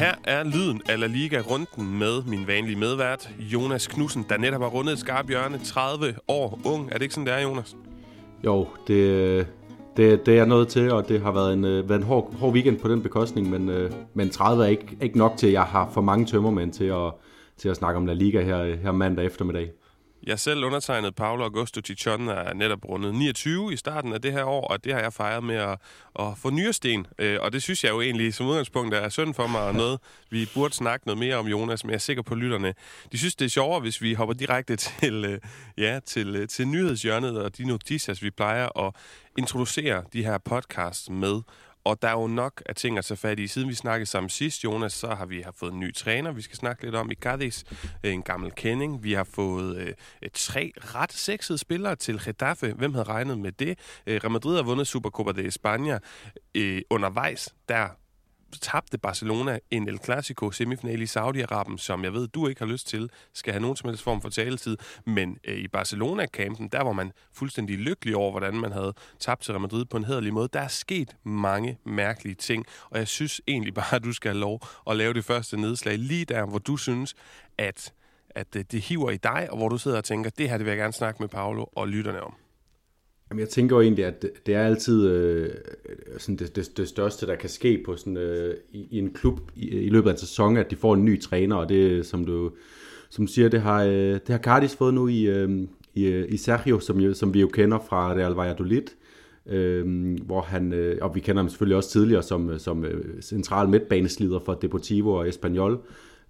Her er lyden af La Liga-runden med min vanlige medvært, Jonas Knudsen, der netop har rundet et skarpt hjørne, 30 år ung. Er det ikke sådan, det er, Jonas? Jo, det er jeg nået til, og det har været en hård weekend på den bekostning, men 30 er ikke nok til, at jeg har for mange tømmermænd til at snakke om La Liga her mandag eftermiddag. Jeg selv undertegnet Paulo Augusto Chichon er netop rundet 29 i starten af det her år, og det har jeg fejret med at få nyresten. Og det synes jeg jo egentlig som udgangspunkt er synd for mig, og noget vi burde snakke noget mere om, Jonas, men jeg er sikker på lytterne. De synes, det er sjovere, hvis vi hopper direkte til nyhedshjørnet og de noticias, vi plejer at introducere de her podcasts med. Og der er jo nok af ting at tage fat i. Siden vi snakkede sammen sidst, Jonas, så har vi fået en ny træner, vi skal snakke lidt om i Cadiz. En gammel kending. Vi har fået 3 ret sexede spillere til Getafe. Hvem havde regnet med det? Real Madrid har vundet Supercopa de España. Undervejs, der tabte Barcelona en El Clasico semifinal i Saudi-Arabien, som jeg ved, du ikke har lyst til, skal have nogen som helst form for taletid. Men i Barcelona-kampen, der var man fuldstændig lykkelig over, hvordan man havde tabt til Real Madrid på en hæderlig måde. Der er sket mange mærkelige ting, og jeg synes egentlig bare, at du skal have lov at lave det første nedslag lige der, hvor du synes, at det hiver i dig, og hvor du sidder og tænker, det her det vil jeg gerne snakke med Paulo og lytterne om. Jamen, jeg tænker jo egentlig, at det er altid sådan det største, der kan ske på sådan, i en klub i løbet af en sæson, at de får en ny træner, og det, som du siger, det har Cadiz fået nu i Sergio, som vi jo kender fra Real Valladolid, hvor han, og vi kender ham selvfølgelig også tidligere som central midtbaneslider for Deportivo og Espanyol,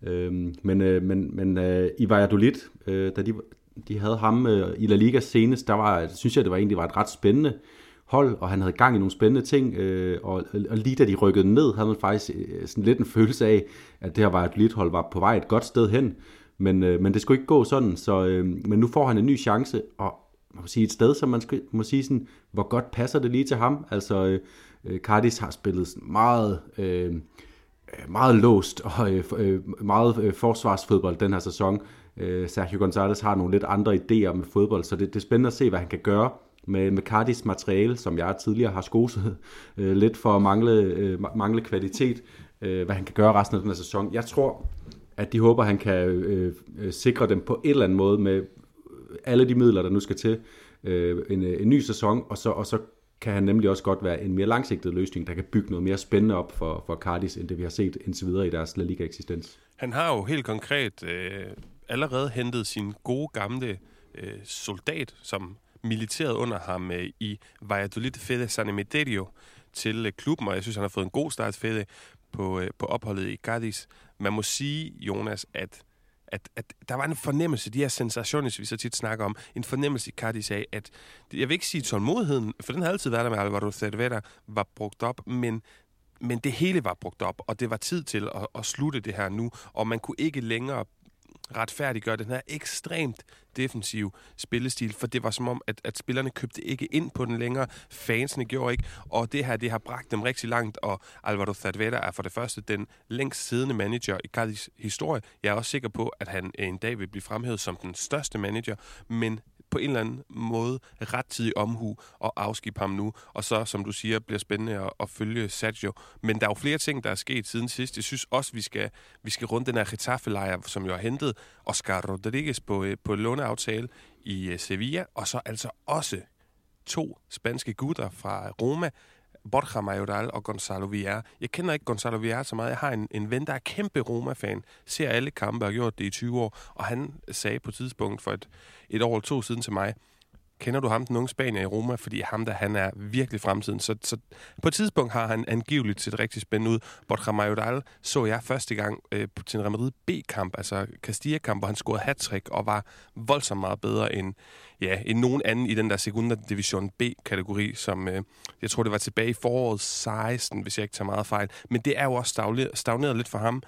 men i Valladolid, da de havde ham i La Liga senest, synes jeg, det var et ret spændende hold, og han havde gang i nogle spændende ting, og lige da de rykkede ned, havde man faktisk sådan lidt en følelse af, at det her Valladolid-hold var på vej et godt sted hen, men det skulle ikke gå sådan, men nu får han en ny chance, og man kan sige et sted, som man må sige sådan, hvor godt passer det lige til ham. Altså, Cadiz har spillet meget låst og meget forsvarsfodbold den her sæson. Sergio González har nogle lidt andre idéer med fodbold, så det er spændende at se, hvad han kan gøre med Cadiz materiale, som jeg tidligere har skoset lidt for at mangle kvalitet, hvad han kan gøre resten af den her sæson. Jeg tror, at de håber, han kan sikre dem på en eller anden måde med alle de midler, der nu skal til en ny sæson, og så kan han nemlig også godt være en mere langsigtet løsning, der kan bygge noget mere spændende op for Cadiz, end det vi har set indtil videre i deres La Liga-eksistens. Han har jo helt konkret allerede hentet sin gode gamle soldat, som militæret under ham i Valladolid, Fede San Emeterio, til klubben, og jeg synes, han har fået en god start, Fede, på opholdet i Cadiz. Man må sige, Jonas, at der var en fornemmelse, de her sensationer, vi så tit snakker om, en fornemmelse i Cadiz af, at jeg vil ikke sige tålmodigheden, for den har altid været der med Alvaro Cervera, var brugt op, men det hele var brugt op, og det var tid til at slutte det her nu, og man kunne ikke længere retfærdiggøre den her ekstremt defensiv spillestil, for det var som om, at spillerne købte ikke ind på den længere, fansene gjorde ikke, og det her, det har bragt dem rigtig langt, og Alvaro Cervera er for det første den længst siddende manager i Cadiz historie. Jeg er også sikker på, at han en dag vil blive fremhævet som den største manager, men på en eller anden måde rettidig omhu og afskib ham nu, og så, som du siger, bliver spændende at følge Sergio. Men der er jo flere ting, der er sket siden sidst. Jeg synes også, vi skal runde den her Getafe-lejr, som jo har hentet Oscar Rodriguez på låneaftale i Sevilla, og så altså også 2 spanske gutter fra Roma, Borja Mayoral og Gonzalo Villar. Jeg kender ikke Gonzalo Villar så meget. Jeg har en ven, der er kæmpe Roma-fan, ser alle kampe og har gjort det i 20 år, og han sagde på et tidspunkt for et år eller 2 siden til mig, kender du ham, den unge spanier i Roma? Fordi han er virkelig fremtiden. Så på et tidspunkt har han angiveligt set rigtig spændende ud. Borja Mayoral så jeg første gang til en Real Madrid B-kamp, altså Castilla-kamp, hvor han scorede hat-trick og var voldsomt meget bedre end nogen anden i den der Segunda Division B-kategori, som jeg tror, det var tilbage i foråret 16, hvis jeg ikke tager meget fejl. Men det er jo også stagneret lidt for ham.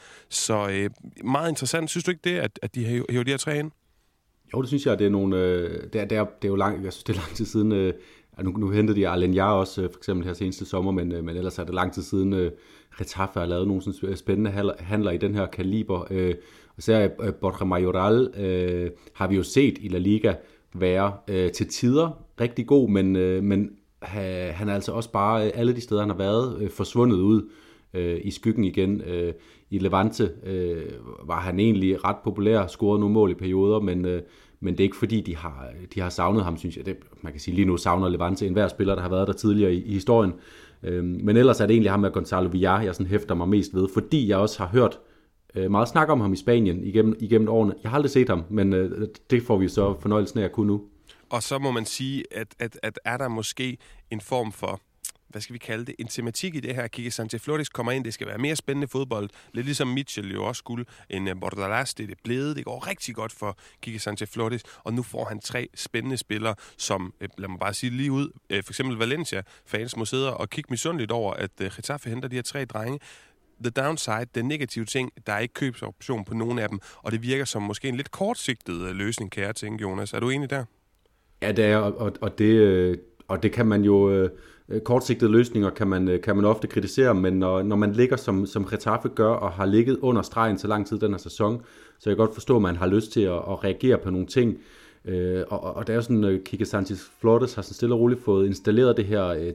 Så meget interessant. Synes du ikke det, at de hæver de her 3 ind? Jo, det synes jeg, det er nogle... det er jo langt, jeg synes, det er lang tid siden... nu hentede de Alenyà også, for eksempel her seneste sommer, men ellers er det lang tid siden Getafe har lavet nogle sådan spændende handler i den her kaliber. Og så Borja Mayoral har vi jo set i La Liga være til tider rigtig god, men han er altså også bare alle de steder, han har været, forsvundet ud i skyggen igen. I Levante var han egentlig ret populær, scorede nogle mål i perioder, men det er ikke fordi, de har savnet ham, synes jeg. Man kan sige, lige nu savner Levante enhver spiller, der har været der tidligere i historien. Men ellers er det egentlig ham med Gonzalo Villar, jeg sådan hæfter mig mest ved, fordi jeg også har hørt meget snak om ham i Spanien igennem årene. Jeg har aldrig set ham, men det får vi så fornøjelsen af at kunne nu. Og så må man sige, at er der måske en form for, hvad skal vi kalde det, en tematik i det her. Quique Sánchez-Flores kommer ind, det skal være mere spændende fodbold. Lidt ligesom Mitchell jo også skulle. En Bordalas, det er blevet. Det går rigtig godt for Quique Sánchez-Flores. Og nu får han 3 spændende spillere, som, lad mig bare sige lige ud, for eksempel Valencia, fans må sidde og kigge misundeligt over, at Getafe henter de her 3 drenge. The downside, den negative ting, der er ikke købsoption på nogen af dem, og det virker som måske en lidt kortsigtet løsning, kan jeg tænke, Jonas. Er du enig der? Ja, det er, og det kan man jo, kortsigtede løsninger kan man ofte kritisere, men når man ligger som Getafe gør, og har ligget under stregen så lang tid den her sæson, så jeg kan godt forstå, at man har lyst til at reagere på nogle ting. Og det er jo sådan, Quique Sánchez-Flores har sådan stille og roligt fået installeret det her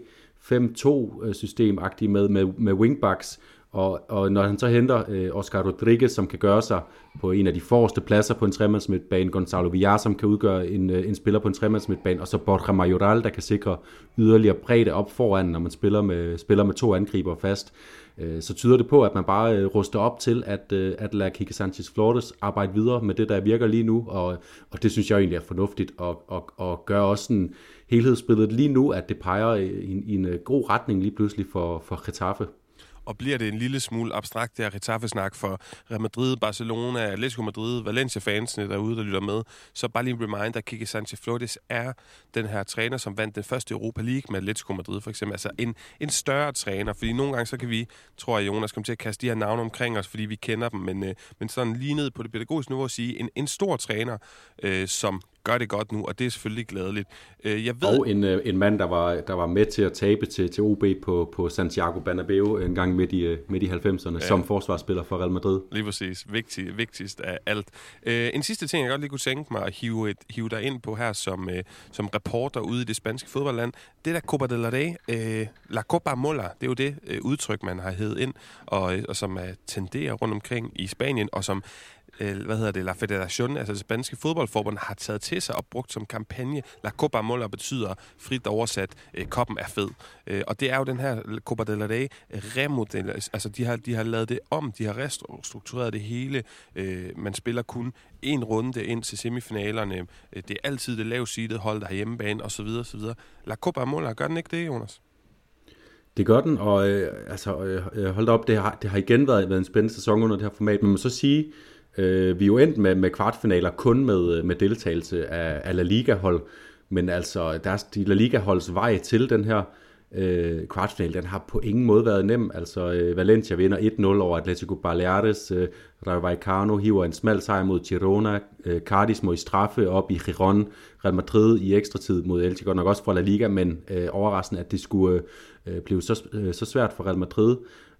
3-5-2-system-agtigt med wingbacks, og når han så henter Oscar Rodriguez, som kan gøre sig på en af de forreste pladser på en tremandsmidtbane, Gonzalo Villar, som kan udgøre en spiller på en tremandsmidtbane, og så Borja Mayoral, der kan sikre yderligere bredde op foran, når man spiller med 2 angriber fast, så tyder det på, at man bare ruster op til at lade Quique Sánchez-Flores arbejde videre med det, der virker lige nu, og det synes jeg egentlig er fornuftigt, og gør også sådan helhedsbilledet lige nu, at det peger i en god retning lige pludselig for Getafe. Og bliver det en lille smule abstrakt, der Getafe-snak for Real Madrid, Barcelona, Atletico Madrid, Valencia-fansene derude, der lytter med, så bare lige en reminder, Quique Sánchez-Flores er den her træner, som vandt den første Europa League med Atletico Madrid, for eksempel. Altså en større træner, fordi nogle gange så kan vi, tror jeg, Jonas, komme til at kaste de her navne omkring os, fordi vi kender dem, men sådan lige ned på det pædagogiske niveau at sige, en stor træner, som gør det godt nu, og det er selvfølgelig glædeligt. Jeg ved... Og en mand, der var med til at tabe til OB på Santiago Bernabeu en gang midt i 90'erne, som forsvarsspiller for Real Madrid. Lige præcis. Vigtigst af alt. En sidste ting, jeg godt lige kunne tænke mig at hive dig ind på her som reporter ude i det spanske fodboldland, det der Copa del Rey, La Copa Mola, det er jo det udtryk, man har hævet ind, og som tenderer rundt omkring i Spanien, og som La Federación, altså det spanske fodboldforbund, har taget til sig og brugt som kampagne. La Copa Mola betyder frit oversat, koppen er fed. Og det er jo den her Copa del Rey remodel, altså de har lavet det om, de har restruktureret det hele. Man spiller kun 1 runde ind til semifinalerne. Det er altid det lavseedede hold, der har hjemmebane, osv. osv. La Copa Mola, gør den ikke det, Jonas? Det gør den, og hold da op, det har igen været en spændende sæson under det her format, men man må så sige, vi er jo endt med kvartfinaler kun med deltagelse af La Liga-hold, men altså de La Liga-holds vej til den her kvartfinal, den har på ingen måde været nem. Altså Valencia vinder 1-0 over Atletico Baleares, Rayo Vallecano hiver en smal sejr mod Girona, Cardis må i straffe op i Giron, Real Madrid i ekstratid mod Elche, godt nok også fra La Liga, men overraskende, at det skulle blive så svært for Real Madrid.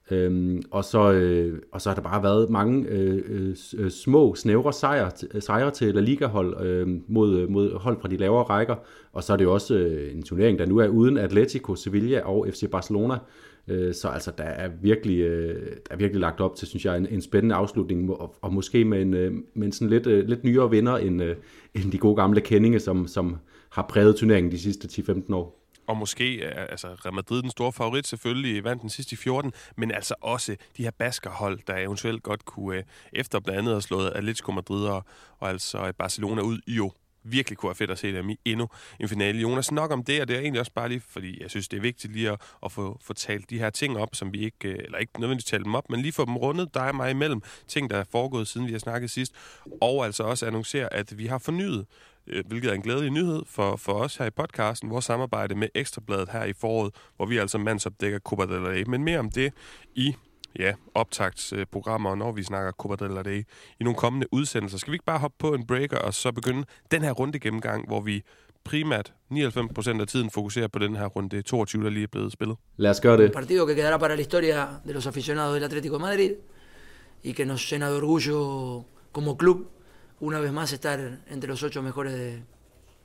Og så har der bare været mange små, snævre sejre til La Liga-hold mod hold fra de lavere rækker. Og så er det jo også en turnering, der nu er uden Atletico, Sevilla og FC Barcelona. Så altså, der er virkelig lagt op til, synes jeg, en spændende afslutning, og måske med en sådan lidt nyere vinder end de gode gamle kendinge, som har præget turneringen de sidste 10-15 år. Og måske altså Real Madrid den store favorit, selvfølgelig vandt den sidste i 14, men altså også de her baskerhold, der eventuelt godt kunne, efter blandt andet have slået Atletico Madrid og altså Barcelona ud, jo virkelig kunne være fedt at se dem i endnu en finale. Jonas, nok om det, og det er egentlig også bare lige, fordi jeg synes, det er vigtigt lige at få talt de her ting op, som vi ikke, eller ikke nødvendigvis tale dem op, men lige få dem rundet, dig og mig imellem, ting, der er foregået, siden vi har snakket sidst, og altså også annoncere, at vi har fornyet, hvilket er en glædelig nyhed for os her i podcasten, vores samarbejde med Ekstrabladet her i foråret, hvor vi altså mandsopdækker Copa del Rey. Men mere om det i optagtsprogrammer, når vi snakker Copa del Rey i nogle kommende udsendelser. Skal vi ikke bare hoppe på en breaker og så begynde den her runde gennemgang, hvor vi primært 99% af tiden fokuserer på den her runde 22, der lige er blevet spillet? Lad os gøre det. Un partido que quedará para la historia de los aficionados del Atlético de Madrid y que nos llena de orgullo como club una vez más estar entre los 8 mejores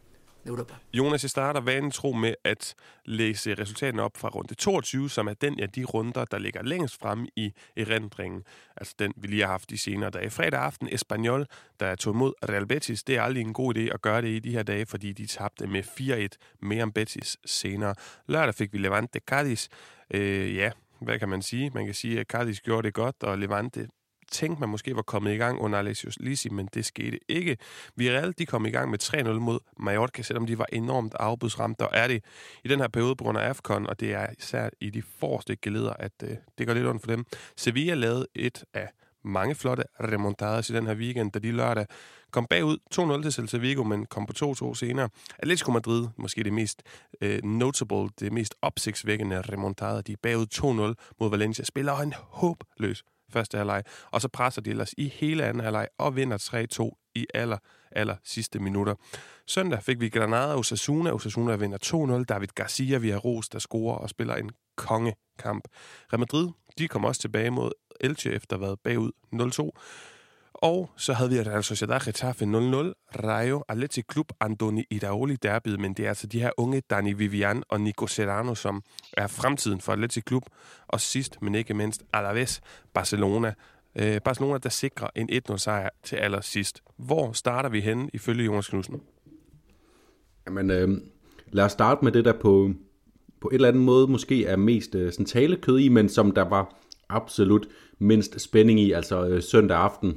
de Europa. Jonas, jeg starter vanen tro med at læse resultaterne op fra runde 22, som er den af de runder, der ligger længst fremme i erindringen. Altså den, vi lige har haft de senere dage. Fredag aften, Espanyol, der tog imod Real Betis. Det er aldrig en god idé at gøre det i de her dage, fordi de tabte med 4-1 mere om Betis senere. Lørdag fik vi Levante Cádiz. Ja, hvad kan man sige? Man kan sige, at Cádiz gjorde det godt, og Levante tænkte man måske var kommet i gang under Alessio Lisi, men det skete ikke. Villarreal, de kom i gang med 3-0 mod Mallorca, selvom de var enormt afbudsramt, og er det i den her periode på grund af AFCON, og det er især i de forreste geleder, at det går lidt ondt for dem. Sevilla lavede et af mange flotte remontadas i den her weekend, da de lørdag kom bagud 2-0 til Celta Vigo, men kom på 2-2 senere. Atletico Madrid, måske det mest notable, det mest opsigtsvækkende remontada, de er bagud 2-0 mod Valencia, spiller en håbløs første halvleg, og så presser de ellers i hele anden halvleg og vinder 3-2 i aller sidste minutter. Søndag fik vi Granada Osasuna. Osasuna vinder 2-0. David Garcia Villarreal, der scorer og spiller en kongekamp. Real Madrid, de kom også tilbage mod Elche efter at have været bagud 0-2. Og så havde vi Real Sociedad Getafe 0-0. Rayo Athletic Club Andoni Iraoli derbyet, men det er altså de her unge Dani Vivian og Nico Serrano, som er fremtiden for Athletic Club. Og sidst, men ikke mindst, Alaves Barcelona. Barcelona, der sikrer en 1-0-sejr til allersidst. Hvor starter vi henne, ifølge Jonas Knudsen? Jamen, lad os starte med det, der på en eller anden måde måske er mest sådan talekød i, men som der var absolut mindst spænding i, altså søndag aften,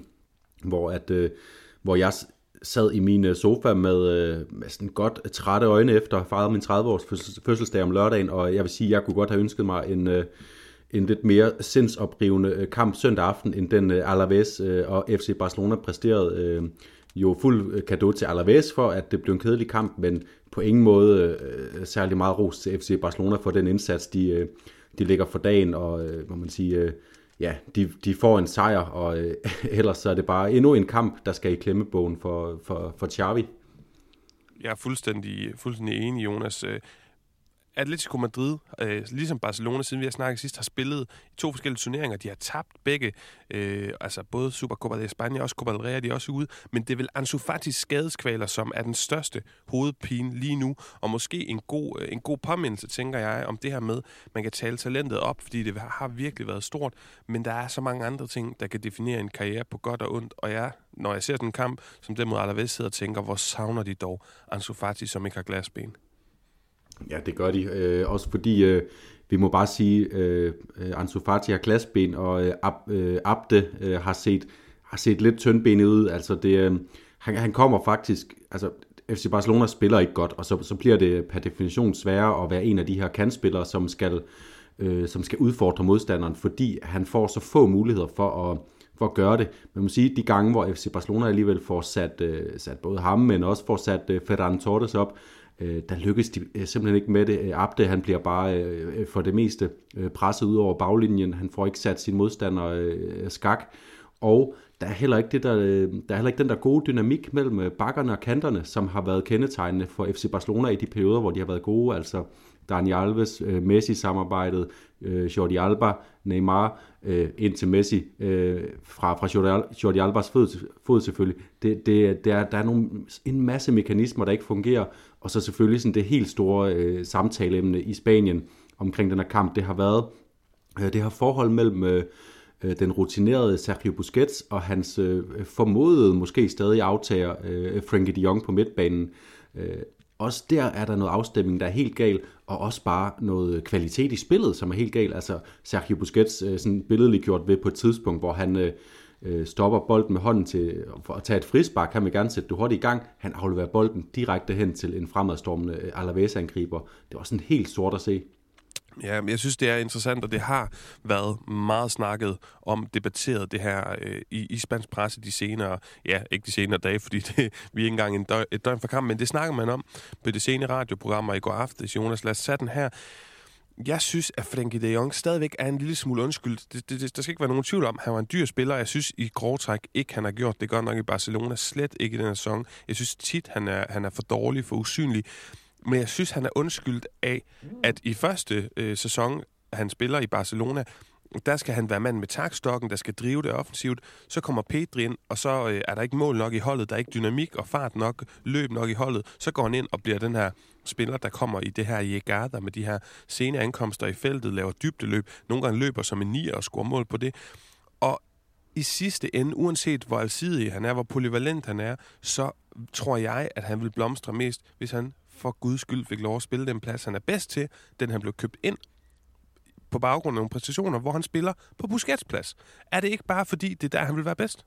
hvor jeg sad i min sofa med sådan godt trætte øjne efter at have fejret min 30-års fødselsdag om lørdagen, og jeg vil sige, at jeg kunne godt have ønsket mig en lidt mere sindsoprivende kamp søndag aften, end den Alaves og FC Barcelona præsterede. Jo fuld cadeau til Alaves for, at det blev en kedelig kamp, men på ingen måde særlig meget ros til FC Barcelona for den indsats, de lægger for dagen, og må man sige, ja, de får en sejr, og ellers så er det bare endnu en kamp, der skal i klemmebogen for Xavi. Jeg er fuldstændig enig, Jonas. Atletico Madrid, ligesom Barcelona, siden vi har snakket sidst, har spillet i 2 forskellige turneringer. De har tabt begge, altså både Supercopa de España og også Copa del Rey, de er også ude. Men det er vel Ansu Fatis skadeskvaler, som er den største hovedpine lige nu. Og måske en god påmindelse, tænker jeg, om det her med, man kan tale talentet op, fordi det har virkelig været stort. Men der er så mange andre ting, der kan definere en karriere på godt og ondt. Og når jeg ser sådan en kamp, som den mod Alaves, sidder og tænker, hvor savner de dog Ansu Fati, som ikke har glasben? Ja, det gør de. Også fordi, vi må bare sige, Ansu Fati har glasben, og Abde har set lidt tyndbenet ud. Altså han kommer faktisk, altså FC Barcelona spiller ikke godt, og så bliver det per definition sværere at være en af de her kantspillere, som skal udfordre modstanderen, fordi han får så få muligheder for at gøre det. Man må sige, de gange, hvor FC Barcelona alligevel får sat både ham, men også får sat Ferran Torres op, der lykkes de simpelthen ikke med det. Abde, han bliver bare for det meste presset ud over baglinjen. Han får ikke sat sin modstander skak. Og der er heller ikke den der gode dynamik mellem bakkerne og kanterne, som har været kendetegnende for FC Barcelona i de perioder, hvor de har været gode. Altså Dani Alves, Messi-samarbejdet, Jordi Alba, Neymar, indtil Messi, fra Jordi Albas fod selvfølgelig. Der er en masse mekanismer, der ikke fungerer, og så selvfølgelig sådan det helt store samtaleemne i Spanien omkring den her kamp, det har været det her forhold mellem den rutinerede Sergio Busquets og hans formodede, måske stadig aftager Frenkie de Jong på midtbanen. Også der er der noget afstemning, der er helt gal, og også bare noget kvalitet i spillet, som er helt gal. Altså Sergio Busquets sådan billedligt gjort ved på et tidspunkt, hvor han stopper bolden med hånden til at tage et frispark. Han vil gerne sætte det hurtigt i gang. Han afleverer bolden direkte hen til en fremadstormende Alaves-angriber. Det var sådan helt sort at se. Ja, men jeg synes, det er interessant, og det har været meget snakket om, debatteret det her i spansk presse de senere, ja, ikke de senere dage, fordi vi er ikke engang et døgn for kamp, men det snakker man om på det senere radioprogrammer i går aftes. Jonas, lad os sætte den her. Jeg synes, at Frenkie de Jong stadigvæk er en lille smule undskyldt. Der skal ikke være nogen tvivl om, han var en dyr spiller. Jeg synes i grove træk ikke, han har gjort det godt nok i Barcelona. Slet ikke i den her sæson. Jeg synes tit, han er for dårlig, for usynlig. Men jeg synes, han er undskyldt af, at i første sæson, han spiller i Barcelona, Der skal han være mand med taktstokken, der skal drive det offensivt. Så kommer Pedri ind, og så er der ikke mål nok i holdet, der er ikke dynamik og fart nok, løb nok i holdet. Så går han ind og bliver den her spiller, der kommer i det her jægarder med de her sene ankomster i feltet, laver dybdeløb. Nogle gange løber som en nier og scorer mål på det. Og i sidste ende, uanset hvor alsidig han er, hvor polyvalent han er, så tror jeg, at han vil blomstre mest, hvis han for guds skyld fik lov at spille den plads, han er bedst til, den han blev købt ind på baggrund af nogle præstationer, hvor han spiller på Busquets plads. Er det ikke bare fordi, det er der, han vil være bedst?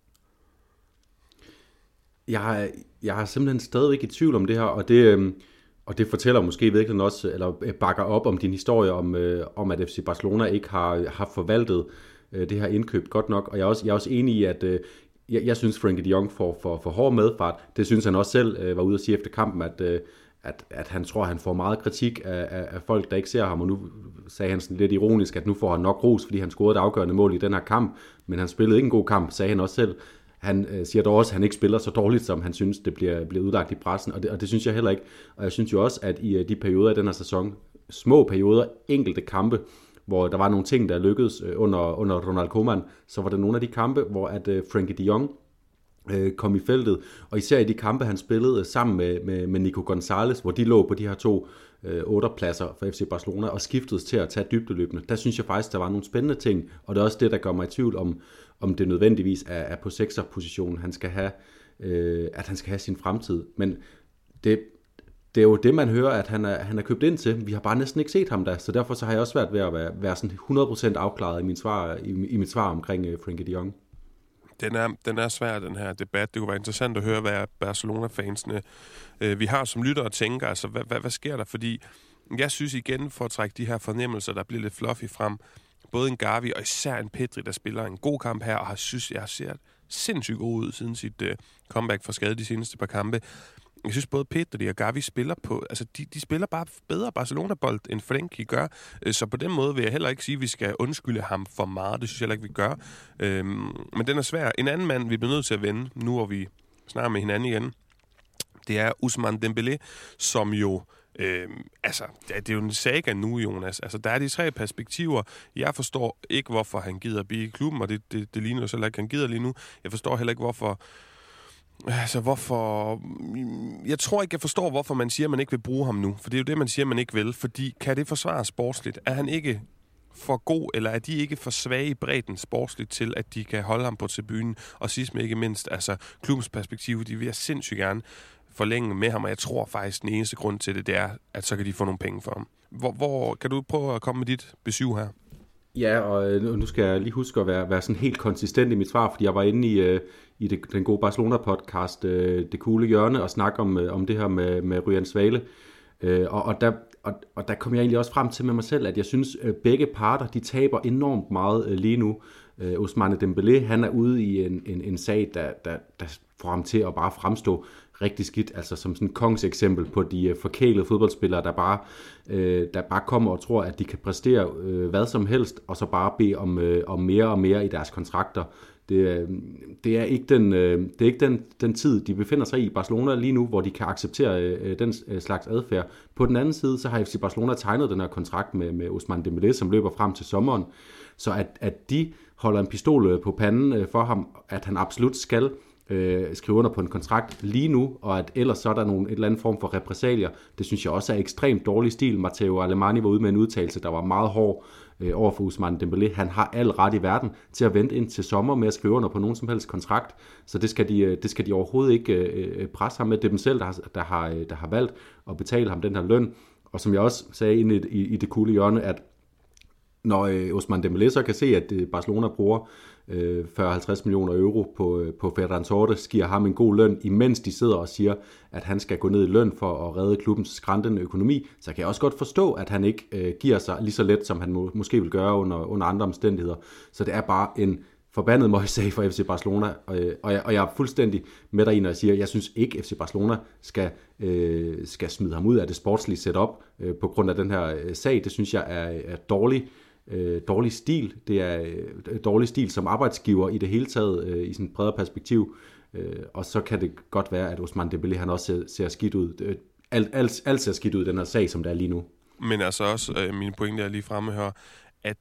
Jeg er simpelthen stadigvæk i tvivl om det her, og det fortæller måske virkelig også, eller bakker op om din historie om at FC Barcelona ikke har forvaltet det her indkøb godt nok. Og jeg er også enig i, at jeg synes, Frenkie de Jong får for hård medfart. Det synes han også selv var ude at sige efter kampen, at han tror, at han får meget kritik af folk, der ikke ser ham, og nu sagde han sådan lidt ironisk, at nu får han nok ros, fordi han scorede et afgørende mål i den her kamp, men han spillede ikke en god kamp, sagde han også selv. Han siger dog også, at han ikke spiller så dårligt, som han synes, det bliver udlagt i pressen, og det synes jeg heller ikke. Og jeg synes jo også, at i de perioder i den her sæson, små perioder, enkelte kampe, hvor der var nogle ting, der lykkedes under Ronald Koeman, så var der nogle af de kampe, hvor at Frenkie de Jong kom i feltet, og især i de kampe, han spillede sammen med Nico Gonzalez, hvor de lå på de her 2 8-pladser for FC Barcelona, og skiftedes til at tage dybdeløbende. Der synes jeg faktisk, der var nogle spændende ting, og det er også det, der gør mig i tvivl om det nødvendigvis er på 6'er-positionen, han skal have, at han skal have sin fremtid. Men det er jo det, man hører, at han er købt ind til. Vi har bare næsten ikke set ham der, så derfor så har jeg også svært ved at være sådan 100% afklaret i mit svar omkring Frenkie de Jong. Den er svær, den her debat. Det kunne være interessant at høre, hvad Barcelona-fansene vi har som lytter og tænker. Altså, hvad sker der? Fordi jeg synes igen, for at trække de her fornemmelser, der bliver lidt fluffy frem, både en Gavi og især en Pedri, der spiller en god kamp her, og jeg ser sindssygt god ud siden sit comeback for skade de seneste par kampe. Jeg synes både Pedri og Gavi spiller på, altså de spiller bare bedre Barcelona-bold, end Frenkie gør. Så på den måde vil jeg heller ikke sige, at vi skal undskylde ham for meget. Det synes jeg heller ikke, vi gør. Men den er svær. En anden mand, vi bliver nødt til at vende, nu hvor vi snakker med hinanden igen, det er Ousmane Dembélé, som jo det er jo en saga nu, Jonas. Altså, der er de 3 perspektiver. Jeg forstår ikke, hvorfor han gider blive i klubben, og det ligner jo så ikke, han gider lige nu. Jeg forstår heller ikke, hvorfor... Jeg tror ikke, jeg forstår, hvorfor man siger, at man ikke vil bruge ham nu. For det er jo det, man siger, man ikke vil. Fordi kan det forsvare sportsligt? Er han ikke for god, eller er de ikke for svage i bredden sportsligt til, at de kan holde ham på tribunen? Og sidst men ikke mindst, altså klubbens perspektiv, de vil sindssygt gerne forlænge med ham, og jeg tror faktisk, den eneste grund til det, det er, at så kan de få nogle penge for ham. Hvor kan du prøve at komme med dit besøg her? Ja, og nu skal jeg lige huske at være sådan helt konsistent i mit svar, fordi jeg var inde i den gode Barcelona-podcast, Det Coole Hjørne, og snakke om det her med Ryan Svale. Og der kom jeg egentlig også frem til med mig selv, at jeg synes, begge parter, de taber enormt meget lige nu. Ousmane Dembélé, han er ude i en sag, der får ham til at bare fremstå rigtig skidt, altså som sådan et kongseksempel på de forkælede fodboldspillere, der bare kommer og tror, at de kan præstere hvad som helst, og så bare bede om mere og mere i deres kontrakter. Det er ikke den tid, de befinder sig i Barcelona lige nu, hvor de kan acceptere den slags adfærd. På den anden side, så har FC Barcelona tegnet den her kontrakt med Ousmane Dembélé, som løber frem til sommeren, så at de holder en pistol på panden for ham, at han absolut skal skrive under på en kontrakt lige nu, og at ellers så er der et eller andet form for repressalier. Det synes jeg også er ekstremt dårlig stil. Matteo Alemany var ude med en udtalelse, der var meget hård over for Ousmane Dembélé. Han har al ret i verden til at vente ind til sommer med at skrive under på nogen som helst kontrakt, så det skal de overhovedet ikke presse ham med. Det er dem selv, der har valgt at betale ham den her løn. Og som jeg også sagde inde i Det Coole Hjørne, at når Ousmane Dembélé så kan se, at Barcelona bruger 40-50 millioner euro på Ferran Torres, giver ham en god løn, imens de sidder og siger, at han skal gå ned i løn for at redde klubbens skrantende økonomi, så kan jeg også godt forstå, at han ikke giver sig lige så let, som han måske vil gøre under andre omstændigheder. Så det er bare en forbandet møgssag for FC Barcelona, og jeg er fuldstændig med dig i, når jeg siger, at jeg synes ikke, at FC Barcelona skal smide ham ud af det sportslige setup på grund af den her sag. Det synes jeg er dårlig stil. Det er dårlig stil som arbejdsgiver i det hele taget i sådan et bredere perspektiv. Og så kan det godt være, at Ousmane Dembélé han også ser skidt ud. Alt ser skidt ud i den her sag, som der er lige nu. Men altså også, mine pointe er lige fremme her, at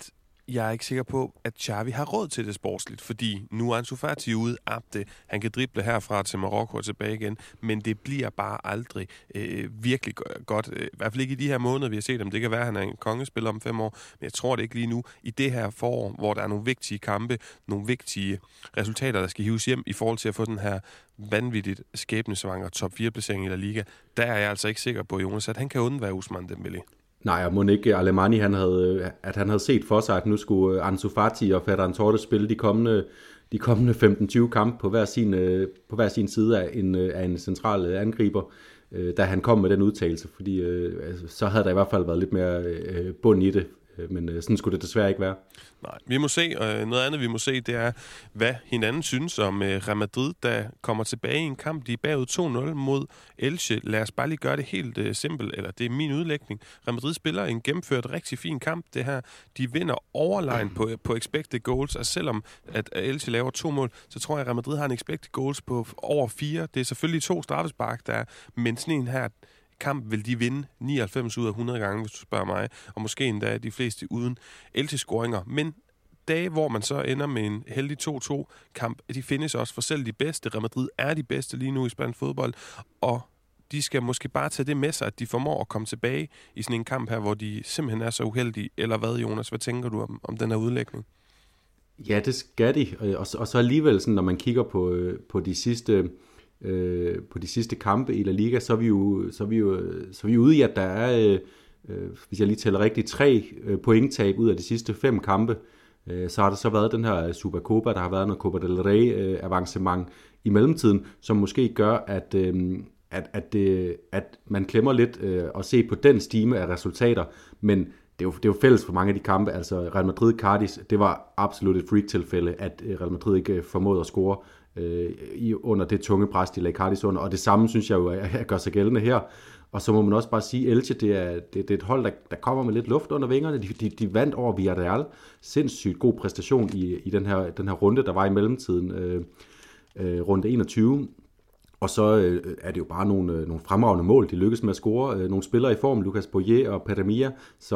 Jeg er ikke sikker på, at Xavi har råd til det sportsligt, fordi nu er Ansu Fati ude, Abde, han kan drible herfra til Marokko og tilbage igen, men det bliver bare aldrig virkelig godt. I hvert fald ikke i de her måneder, vi har set ham. Det kan være, at han er en kongespiller om 5 år, men jeg tror det ikke lige nu. I det her forår, hvor der er nogle vigtige kampe, nogle vigtige resultater, der skal hives hjem i forhold til at få den her vanvittigt skæbnesvanger top 4-placering i La Liga, der er jeg altså ikke sikker på, Jonas, at han kan undvære Ousmane Dembélé. Nej, og må ikke Alemani, han havde set for sig, at nu skulle Ansu Fati og Ferran Torres spille de kommende 15-20 kampe på hver sin side af en central angriber, da han kom med den udtalelse, fordi så havde der i hvert fald været lidt mere bund i det. Men sådan skulle det desværre ikke være. Nej, vi må se. Noget andet, vi må se, det er, hvad hinanden synes om Real Madrid, der kommer tilbage i en kamp. De er bagud 2-0 mod Elche. Lad os bare lige gøre det helt simpelt, eller det er min udlægning. Real Madrid spiller en gennemført rigtig fin kamp, det her. De vinder overline på expected goals, og selvom at Elche laver 2 mål, så tror jeg, at Real Madrid har en expected goals på over 4. Det er selvfølgelig 2 straffespark, der er, men sådan en her kamp vil de vinde 99 ud af 100 gange, hvis du spørger mig, og måske endda de fleste uden Elche-scoringer. Men dage, hvor man så ender med en heldig 2-2-kamp, de findes også, for selv de bedste. Real Madrid er de bedste lige nu i spansk fodbold, og de skal måske bare tage det med sig, at de formår at komme tilbage i sådan en kamp her, hvor de simpelthen er så uheldige. Eller hvad, Jonas? Hvad tænker du om den her udlægning? Ja, det skal de. Og så alligevel, sådan, når man kigger på de sidste kampe i La Liga, så er vi ude i, at der er, hvis jeg lige tæller rigtigt, 3 pointtab ud af de sidste 5 kampe. Så har der så været den her Supercopa, der har været noget Copa del Rey avancement i mellemtiden, som måske gør, at man glemmer lidt at se på den stime af resultater, men det er jo fælles for mange af de kampe. Altså Real Madrid-Cardis, det var absolut et freak-tilfælde, at Real Madrid ikke formåede at score under det tunge pres, de lagde Cardis under, og det samme synes jeg jo gør sig gældende her. Og så må man også bare sige, Elche, det er et hold, der kommer med lidt luft under vingerne. De vandt over Villarreal. Sindssygt god præstation i den her runde, der var i mellemtiden, runde 21. Og så er det jo bare nogle fremragende mål, de lykkes med at score. Nogle spillere i form, Lucas Boyer og Padamia,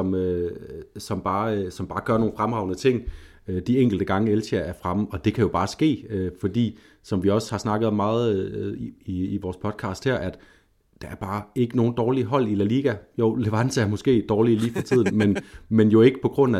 som bare gør nogle fremragende ting de enkelte gange Elche er fremme, og det kan jo bare ske, fordi, som vi også har snakket om meget i vores podcast her, at der er bare ikke nogen dårlige hold i La Liga. Jo, Levante er måske dårlige lige for tiden, men jo ikke på grund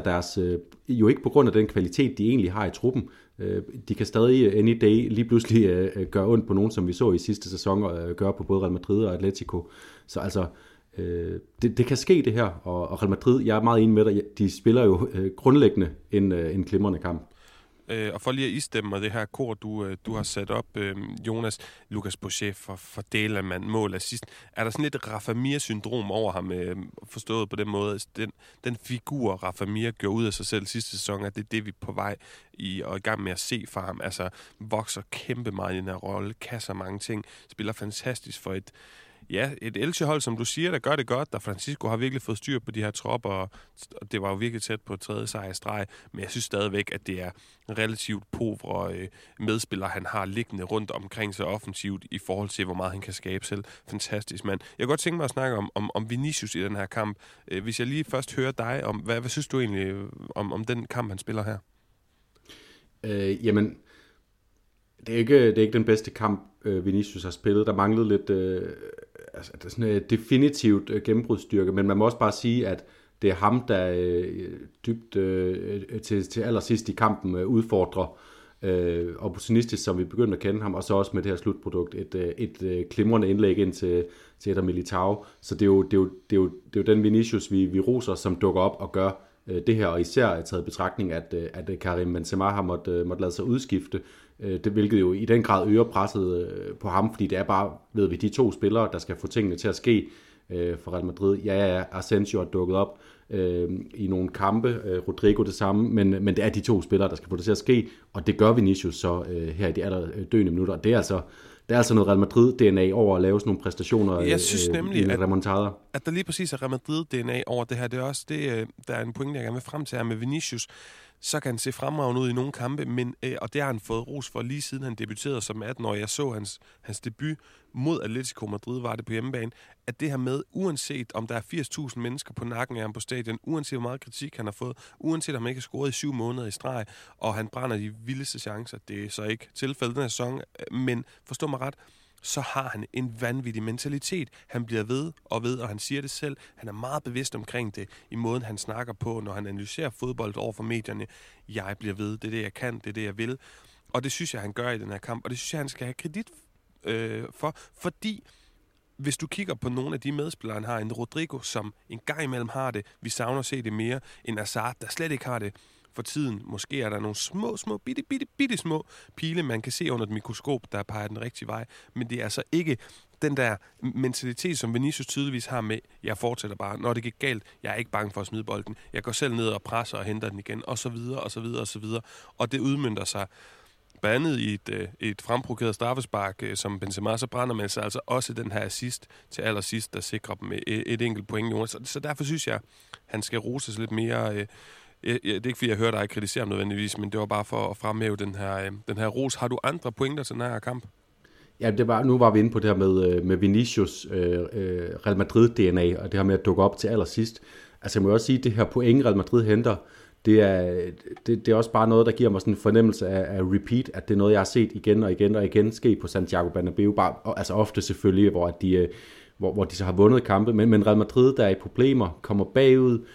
af den kvalitet, de egentlig har i truppen. De kan stadig any day lige pludselig gøre ondt på nogen, som vi så i sidste sæson, og gøre på både Real Madrid og Atletico. Så altså, det kan ske det her, og Real Madrid, jeg er meget enig med dig, de spiller jo grundlæggende en glimrende kamp. Og for lige at istemme det her kor, du har sat op, Jonas, Lucas Boyer for Delemand, mål assist. Er der sådan lidt Rafa Mir-syndrom over ham, forstået på den måde? Den figur, Rafa Mir gjorde ud af sig selv sidste sæson, at det er det, vi er på vej og i gang med at se fra ham. Altså vokser kæmpe meget i den her rolle, kasser mange ting, spiller fantastisk for et Elche-hold, som du siger, der gør det godt, der Francisco har virkelig fået styr på de her tropper, og det var jo virkelig tæt på 3. sejrstreg, men jeg synes stadigvæk, at det er relativt povre medspillere, han har liggende rundt omkring sig offensivt, i forhold til, hvor meget han kan skabe selv. Fantastisk, mand. Jeg kan godt tænke mig at snakke om Vinicius i den her kamp. Hvis jeg lige først hører dig om, hvad synes du egentlig om den kamp, han spiller her? Jamen, det er ikke den bedste kamp, Vinicius har spillet. Der manglede lidt sådan definitivt gennembrudsstyrke, men man må også bare sige, at det er ham, der dybt til allersidst i kampen udfordrer opportunistisk, som vi begynder at kende ham, og så også med det her slutprodukt, et glimrende indlæg ind til Eder Militao. Så det er jo den Vinicius, vi roser, som dukker op og gør det her, og især taget betragtning, at Karim Benzema har måtte lade sig udskifte, hvilket jo i den grad øger presset på ham, fordi det er bare, ved vi, de 2 spillere, der skal få tingene til at ske for Real Madrid. Ja, Asensio er dukket op i nogle kampe, Rodrigo det samme, men det er de 2 spillere, der skal få det til at ske, og det gør Vinicius så her i de allerdøende minutter. Det er altså noget Real Madrid-DNA over at lave sådan nogle præstationer. Jeg synes nemlig, at remontader. at der lige præcis er Real Madrid-DNA over det her, det er også det, der er en pointe, jeg gerne vil frem til her med Vinicius. Så kan han se fremragende ud i nogle kampe, men, og det har han fået ros for lige siden han debuterede som 18-årig. Jeg så hans debut mod Atletico Madrid, var det på hjemmebane, at det her med, uanset om der er 80.000 mennesker på nakken af ham på stadion, uanset hvor meget kritik han har fået, uanset om han ikke har scoret i 7 måneder i streg, og han brænder de vildeste chancer, det er så ikke tilfældet den her sæson, men forstå mig ret, så har han en vanvittig mentalitet. Han bliver ved, og han siger det selv. Han er meget bevidst omkring det, i måden han snakker på, når han analyserer fodbold over for medierne. Jeg bliver ved, det er det, jeg kan, det er det, jeg vil. Og det synes jeg, han gør i den her kamp, og det synes jeg, han skal have kredit for, fordi hvis du kigger på nogle af de medspillere, han har, en Rodrigo, som en gang imellem har det, vi savner at se det mere, en Hazard, der slet ikke har det for tiden. Måske er der nogle små, bitte små pile, man kan se under et mikroskop, der peger den rigtige vej. Men det er altså ikke den der mentalitet, som Vinicius tydeligvis har med, jeg fortsætter bare, når det gik galt, jeg er ikke bange for at smide bolden, jeg går selv ned og presser og henter den igen, og så videre, og så videre, og så videre. Og det udmønter sig blandt andet i et fremprovokeret straffespark, som Benzema, så brænder man sig altså også den her assist til allersidst, der sikrer dem et enkelt point. Så derfor synes jeg, han skal roses lidt mere. Det er ikke, fordi jeg hører dig kritisere ham nødvendigvis, men det var bare for at fremhæve den her ros. Har du andre pointer til den her kamp? Ja, nu var vi inde på det her med Vinicius, Real Madrid-DNA, og det her med at dukke op til allersidst. Altså jeg må også sige, at det her point, Real Madrid henter, det er også bare noget, der giver mig sådan en fornemmelse af repeat, at det er noget, jeg har set igen og igen og igen ske på Santiago Bernabeu, altså ofte selvfølgelig, hvor de så har vundet kampe, men Real Madrid, der er i problemer, kommer bagud,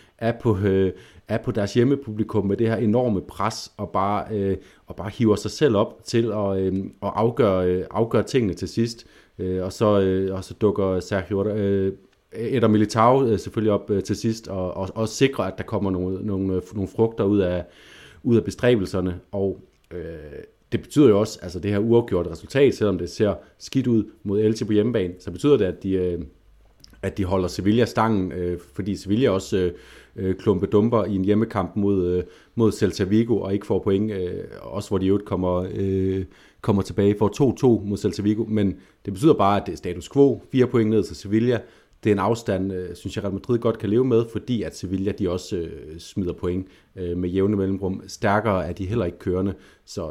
er på deres hjemmepublikum med det her enorme pres, og bare hiver sig selv op til at afgøre tingene til sidst. Og så dukker Sergio Eder Militao selvfølgelig op til sidst, og sikrer, at der kommer nogle frugter ud af bestræbelserne. Og det betyder jo også, altså det her uafgjorte resultat, selvom det ser skidt ud mod Elche på hjemmebane, så betyder det, at de holder Sevilla stangen, fordi Sevilla også klumpedumper i en hjemmekamp mod Celta Vigo, og ikke får point, også hvor de jo kommer tilbage for 2-2 mod Celta Vigo, men det betyder bare, at det er status quo, 4 point ned til Sevilla. Det er en afstand, synes jeg, Real Madrid godt kan leve med, fordi at Sevilla, de også smider point med jævne mellemrum. Stærkere er de heller ikke kørende, så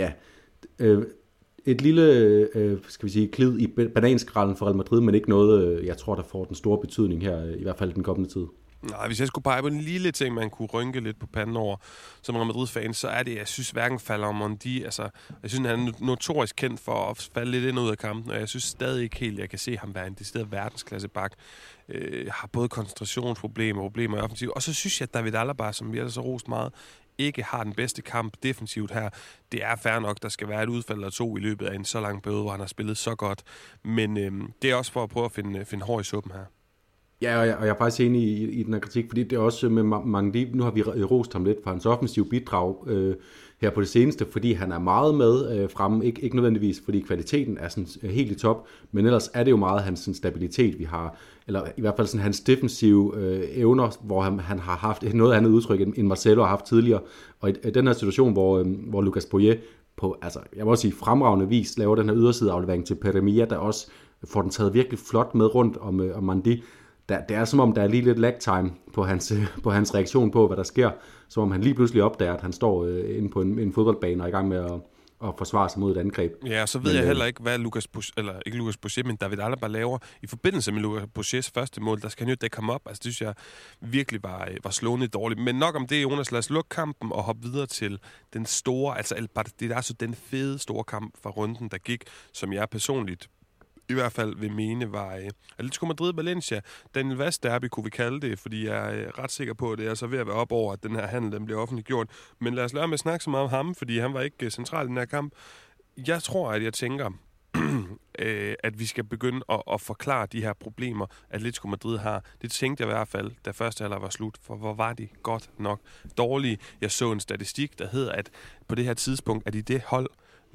et lille, klid i bananskralden for Real Madrid, men ikke noget, jeg tror, der får den store betydning her, i hvert fald den kommende tid. Nej, hvis jeg skulle pege på en lille ting, man kunne rynke lidt på panden over som Real Madrid-fan, så er det, jeg synes hverken falder Mondi, altså, jeg synes, han er notorisk kendt for at falde lidt ind ud af kampen, og jeg synes stadig ikke helt, jeg kan se ham være en decideret verdensklasse bak. Har både koncentrationsproblemer og problemer i offensiv, og så synes jeg, at David Alaba, som vi har så rost meget, ikke har den bedste kamp defensivt her. Det er fair nok, der skal være et udfald eller 2 i løbet af en så lang periode, hvor han har spillet så godt, men det er også for at prøve at finde hår i suppen her. Ja, og jeg er faktisk enig i den her kritik, fordi det er også med Mangdi, nu har vi rost ham lidt for hans offensive bidrag her på det seneste, fordi han er meget med fremme, ikke nødvendigvis, fordi kvaliteten er sådan helt i top, men ellers er det jo meget hans stabilitet, vi har, eller i hvert fald sådan hans defensive evner, hvor han har haft noget andet udtryk, end Marcelo har haft tidligere, og i den her situation, hvor Lucas Boyé på, altså jeg må også sige, fremragende vis laver den her ydersideaflevering til Peremilla, der også får den taget virkelig flot med rundt om Mandi. Det er som om, der er lige lidt lag time på hans reaktion på, hvad der sker. Som om han lige pludselig opdager, at han står inde på en fodboldbane og er i gang med at forsvare sig mod et angreb. Ja, så ved jeg heller ikke, hvad ikke Lucas Boyé, men David Alaba laver i forbindelse med Lucas Boyés første mål. Der skal han jo dække ham op. Altså, det synes jeg virkelig var slående dårligt. Men nok om det, Jonas. Lad os lukke kampen og hoppe videre til den store, altså det er altså den fede store kamp fra runden, der gik, som jeg personligt i hvert fald vil mene var Atletico Madrid-Valencia. Daniel Vaz derby kunne vi kalde det, fordi jeg er ret sikker på, at det er så ved at være op over, at den her handel den bliver offentliggjort. Men lad os lade med at snakke så meget om ham, fordi han var ikke central i den her kamp. Jeg tror, at jeg tænker, at vi skal begynde at forklare de her problemer, Atletico Madrid har. Det tænkte jeg i hvert fald, da første halvleg var slut, for hvor var de godt nok dårlige. Jeg så en statistik, der hedder, at på det her tidspunkt er de det hold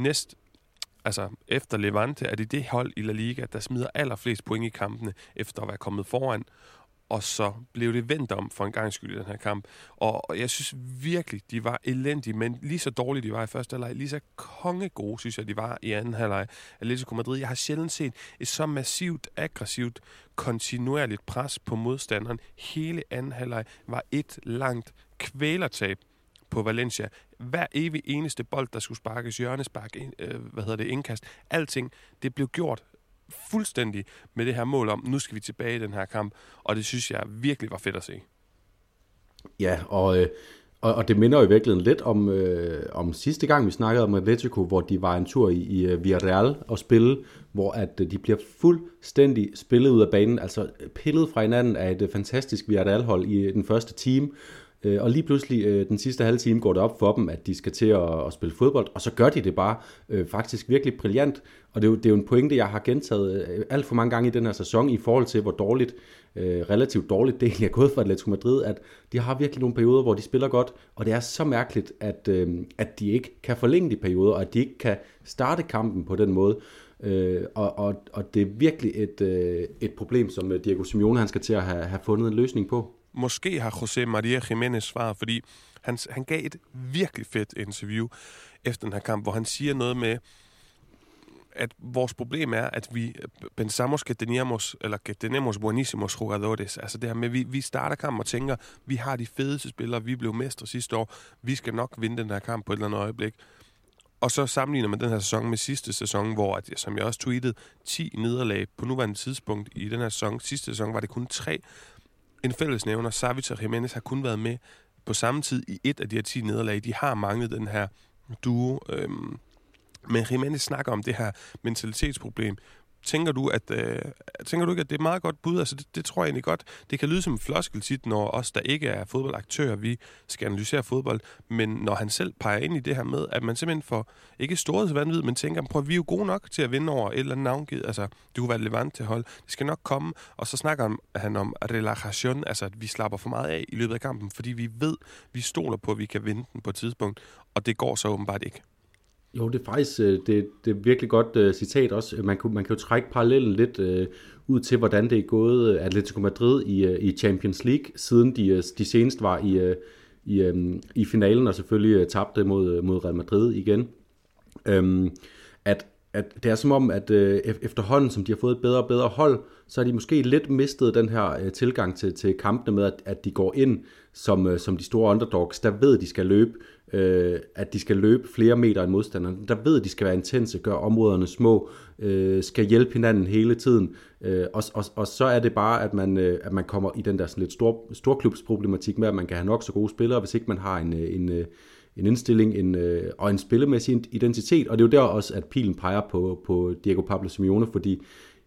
efter Levante, er det hold i La Liga, der smider allerflest point i kampene, efter at være kommet foran. og så blev det vendt om for en gang skyld i den her kamp. Og jeg synes virkelig, de var elendige, men lige så dårlige de var i første halvleg, lige så kongegode, synes jeg, de var i anden halvleg. Atletico Madrid, jeg har sjældent set et så massivt, aggressivt, kontinuerligt pres på modstanderen. Hele anden halvleg var et langt kvælertab på Valencia. Hver evig eneste bold, der skulle sparkes, hjørnespark, indkast, alting, det blev gjort fuldstændig med det her mål om, nu skal vi tilbage i den her kamp, og det synes jeg virkelig var fedt at se. Ja, og det minder jo i virkeligheden lidt om sidste gang, vi snakkede om Atletico, hvor de var en tur i Villarreal og spille, hvor at de bliver fuldstændig spillet ud af banen, altså pillet fra hinanden af et fantastisk Villarreal-hold i den første time, og lige pludselig den sidste halve time går det op for dem, at de skal til at spille fodbold, og så gør de det bare faktisk virkelig brillant, og det er jo en pointe, jeg har gentaget alt for mange gange i den her sæson, i forhold til, hvor dårligt, relativt dårligt det egentlig er gået for Atletico Madrid, at de har virkelig nogle perioder, hvor de spiller godt, og det er så mærkeligt, at de ikke kan forlænge de perioder, og at de ikke kan starte kampen på den måde. Og det er virkelig et problem, som Diego Simeone han skal til at have fundet en løsning på. Måske har José María Jiménez svaret, fordi han gav et virkelig fedt interview efter den her kamp, hvor han siger noget med, at vores problem er, at vi pensamos que tenemos buenísimos jugadores. Altså det her med, vi starter kampen og tænker, vi har de fedeste spillere, vi blev mestre sidste år, vi skal nok vinde den her kamp på et eller andet øjeblik. Og så sammenligner man den her sæson med sidste sæson, hvor, som jeg også tweetede, 10 nederlag på nuværende tidspunkt i den her sæson. Sidste sæson var det kun 3. En fællesnævner, Savic og Jiménez, har kun været med på samme tid i et af de her 10 nederlag. De har manglet den her duo. Men Jiménez snakker om det her mentalitetsproblem. Tænker du ikke, at det er meget godt bud? Altså det tror jeg egentlig godt. Det kan lyde som en floskel tit, når os, der ikke er fodboldaktører, vi skal analysere fodbold. Men når han selv peger ind i det her med, at man simpelthen får ikke storhedsvanvid, men tænker, prøv, vi er jo gode nok til at vinde over et eller andet navngivet. Altså, det kunne være Levante til hold. Det skal nok komme. Og så snakker han om relaxation, altså at vi slapper for meget af i løbet af kampen, fordi vi stoler på, at vi kan vinde den på et tidspunkt. Og det går så åbenbart ikke. Jo, det er faktisk det er virkelig godt citat også. Man kan jo trække parallellen lidt ud til, hvordan det er gået Atletico Madrid i Champions League, siden de senest var i finalen, og selvfølgelig tabte mod Real Madrid igen. At det er som om, at efterhånden, som de har fået et bedre og bedre hold, så har de måske lidt mistet den her tilgang til kampene med, at de går ind som de store underdogs, der ved, at de skal løbe, at de skal løbe flere meter end modstanderne, der ved, at de skal være intense, gøre områderne små, skal hjælpe hinanden hele tiden, og så er det bare, at man kommer i den der sådan lidt storklubsproblematik med, at man kan have nok så gode spillere, hvis ikke man har en indstilling og en spillemæssig identitet, og det er jo der også, at pilen peger på Diego Pablo Simeone, fordi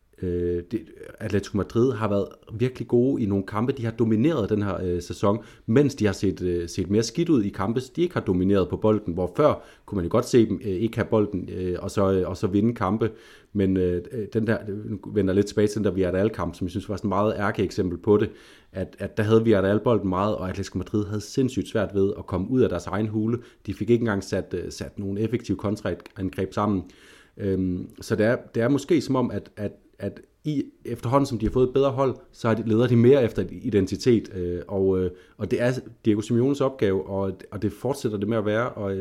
Atletico Madrid har været virkelig gode i nogle kampe. De har domineret den her sæson, mens de har set mere skidt ud i kampe, de ikke har domineret på bolden, hvor før kunne man jo godt se dem ikke have bolden og så vinde kampe. Men den der vender lidt tilbage til den der Villarreal-kamp, som jeg synes var sådan et meget ærkeeksempel på det, at der havde Villarreal bolden meget, og Atletico Madrid havde sindssygt svært ved at komme ud af deres egen hule. De fik ikke engang sat nogle effektive kontraangreb sammen. Så det er måske som om, at efterhånden som de har fået et bedre hold, så leder de mere efter identitet, og det er Diego Simeones opgave, og det fortsætter det med at være, og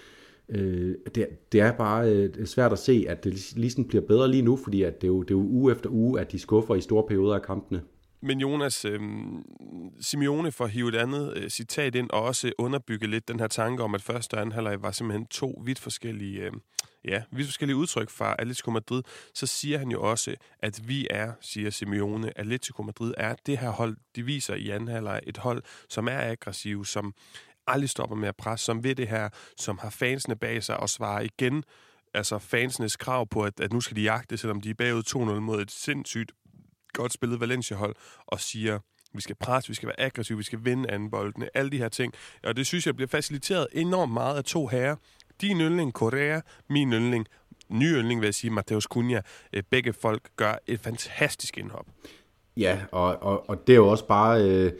det er bare svært at se, at det lige bliver bedre lige nu, fordi at det er jo uge efter uge, at de skuffer i store perioder af kampene. Men Jonas, Simeone får hivet et andet citat ind, og også underbygge lidt den her tanke om, at første og anden halvleg var simpelthen 2 vidt forskellige udtryk fra Atletico Madrid. Så siger han jo også, at siger Simeone, Atletico Madrid er det her hold, de viser i anden halvleg, et hold, som er aggressiv, som aldrig stopper med at presse, som ved det her, som har fansene bag sig og svarer igen, altså fansenes krav på, at nu skal de jagte, selvom de er bagud 2-0 mod et sindssygt godt spillet Valencia-hold, og siger, vi skal presse, vi skal være aggressive, vi skal vinde anden boldene, alle de her ting. Og det synes jeg bliver faciliteret enormt meget af 2 herrer. Din yndling, Correa, min yndling, ny yndling vil jeg sige, Mateus Cunha. Begge folk gør et fantastisk indhop. Ja, og det er jo også bare,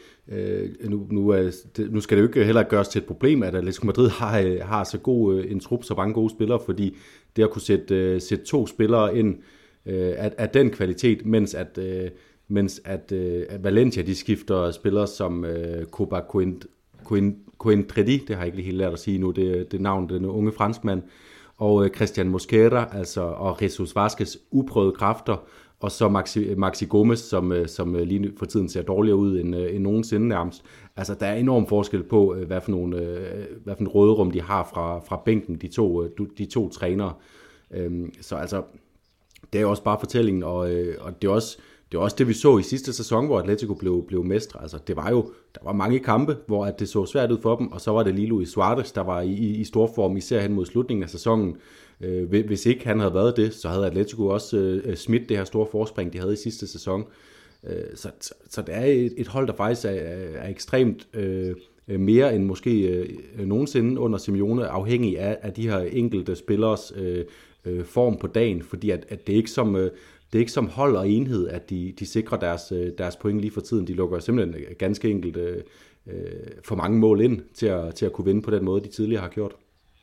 nu skal det jo ikke heller gøres til et problem, at Atletico Madrid har så god en trup, så mange gode spillere, fordi det at kunne sætte 2 spillere ind af den kvalitet, mens mens at Valencia, de skifter spillere som Coba Coentredi, det har jeg ikke lige helt lært at sige nu, det navn, den unge franskmand, og Christian Mosquera, altså, og Jesus Vázquez, uprøvede kræfter, og så Maxi Gomez, som lige for tiden ser dårligere ud end nogensinde nærmest. Altså, der er enorm forskel på, hvad for en råderum de har fra bænken, de to trænere. Så altså, det er jo også bare fortællingen, og det er også det, vi så i sidste sæson, hvor Atletico blev mestre. Altså, der var mange kampe, hvor at det så svært ud for dem, og så var det lige Luis Suarez, der var i stor form, især hen mod slutningen af sæsonen. Hvis ikke han havde været det, så havde Atletico også smidt det her store forspring, de havde i sidste sæson. Så det er et hold, der faktisk er ekstremt mere end måske nogensinde under Simeone, afhængig af de her enkelte spillers form på dagen, fordi at det er ikke som hold og enhed, at de sikrer deres point lige for tiden. De lukker simpelthen ganske enkelt for mange mål ind til at kunne vinde på den måde, de tidligere har gjort.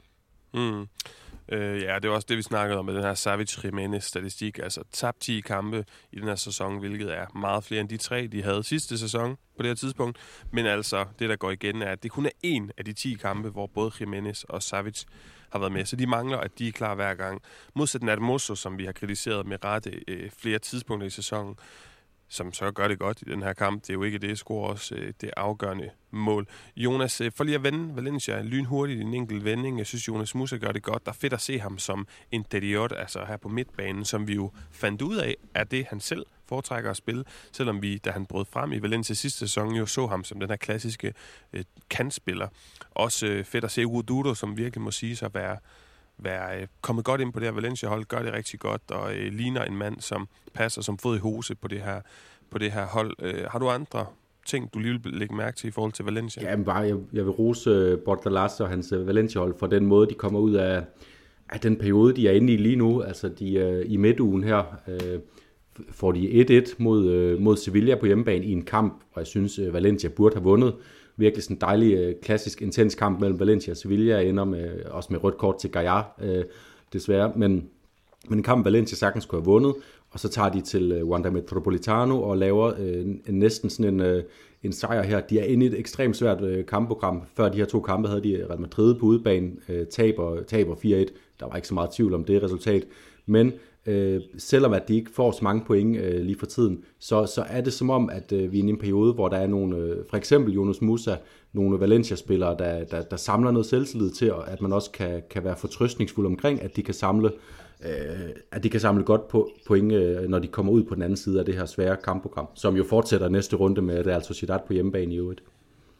Ja, det var også det, vi snakkede om med den her Savic-Jimenez-statistik. Altså tabt 10 kampe i den her sæson, hvilket er meget flere end de 3, de havde sidste sæson på det her tidspunkt. Men altså, det der går igen er, at det kun er 1 af de 10 kampe, hvor både Jimenez og Savic har været med. Så de mangler, at de er klar hver gang. Modsat Hermoso, som vi har kritiseret med rette flere tidspunkter i sæsonen, som så gør det godt i den her kamp. Det er jo ikke det, scorer også det afgørende mål. Jonas, for lige at vende Valencia lynhurtigt i en enkelt vending. Jeg synes, Jonas Musa gør det godt. Der er fedt at se ham som interior, altså her på midtbanen, som vi jo fandt ud af, er det han selv foretrækker at spille. Selvom vi, da han brød frem i Valencia sidste sæson, jo så ham som den her klassiske kantspiller. Også fedt at se Hugo Duro, som virkelig må sige sig at være kommet godt ind på det her Valencia-hold, gør det rigtig godt, og ligner en mand, som passer som fod i hose på det her hold. Har du andre ting, du lige vil lægge mærke til i forhold til Valencia? Ja, bare jeg vil rose Bordalas og hans Valencia-hold for den måde, de kommer ud af den periode, de er inde i lige nu. Altså, de i midtugen her får de 1-1 mod Sevilla på hjemmebane i en kamp, og jeg synes, Valencia burde have vundet. Virkelig sådan en dejlig, klassisk, intens kamp mellem Valencia og Sevilla, ender også med rødt kort til Gaia, desværre. Men en kamp, Valencia sagtens kunne have vundet, og så tager de til Wanda Metropolitano og laver næsten sådan en sejr her. De er inde i et ekstremt svært kampprogram. Før de her 2 kampe havde de Real Madrid på udebane, taber 4-1. Der var ikke så meget tvivl om det resultat. Men selvom at de ikke får så mange point lige for tiden, så er det som om, at vi er i en periode, hvor der er nogle, for eksempel Jonas Musa, nogle Valencia-spillere, der samler noget selvtillid til, at man også kan være fortrøstningsfuld omkring, at de kan samle godt på point, når de kommer ud på den anden side af det her svære kampprogram, som jo fortsætter næste runde med Real Sociedad på hjemmebane i øvrigt.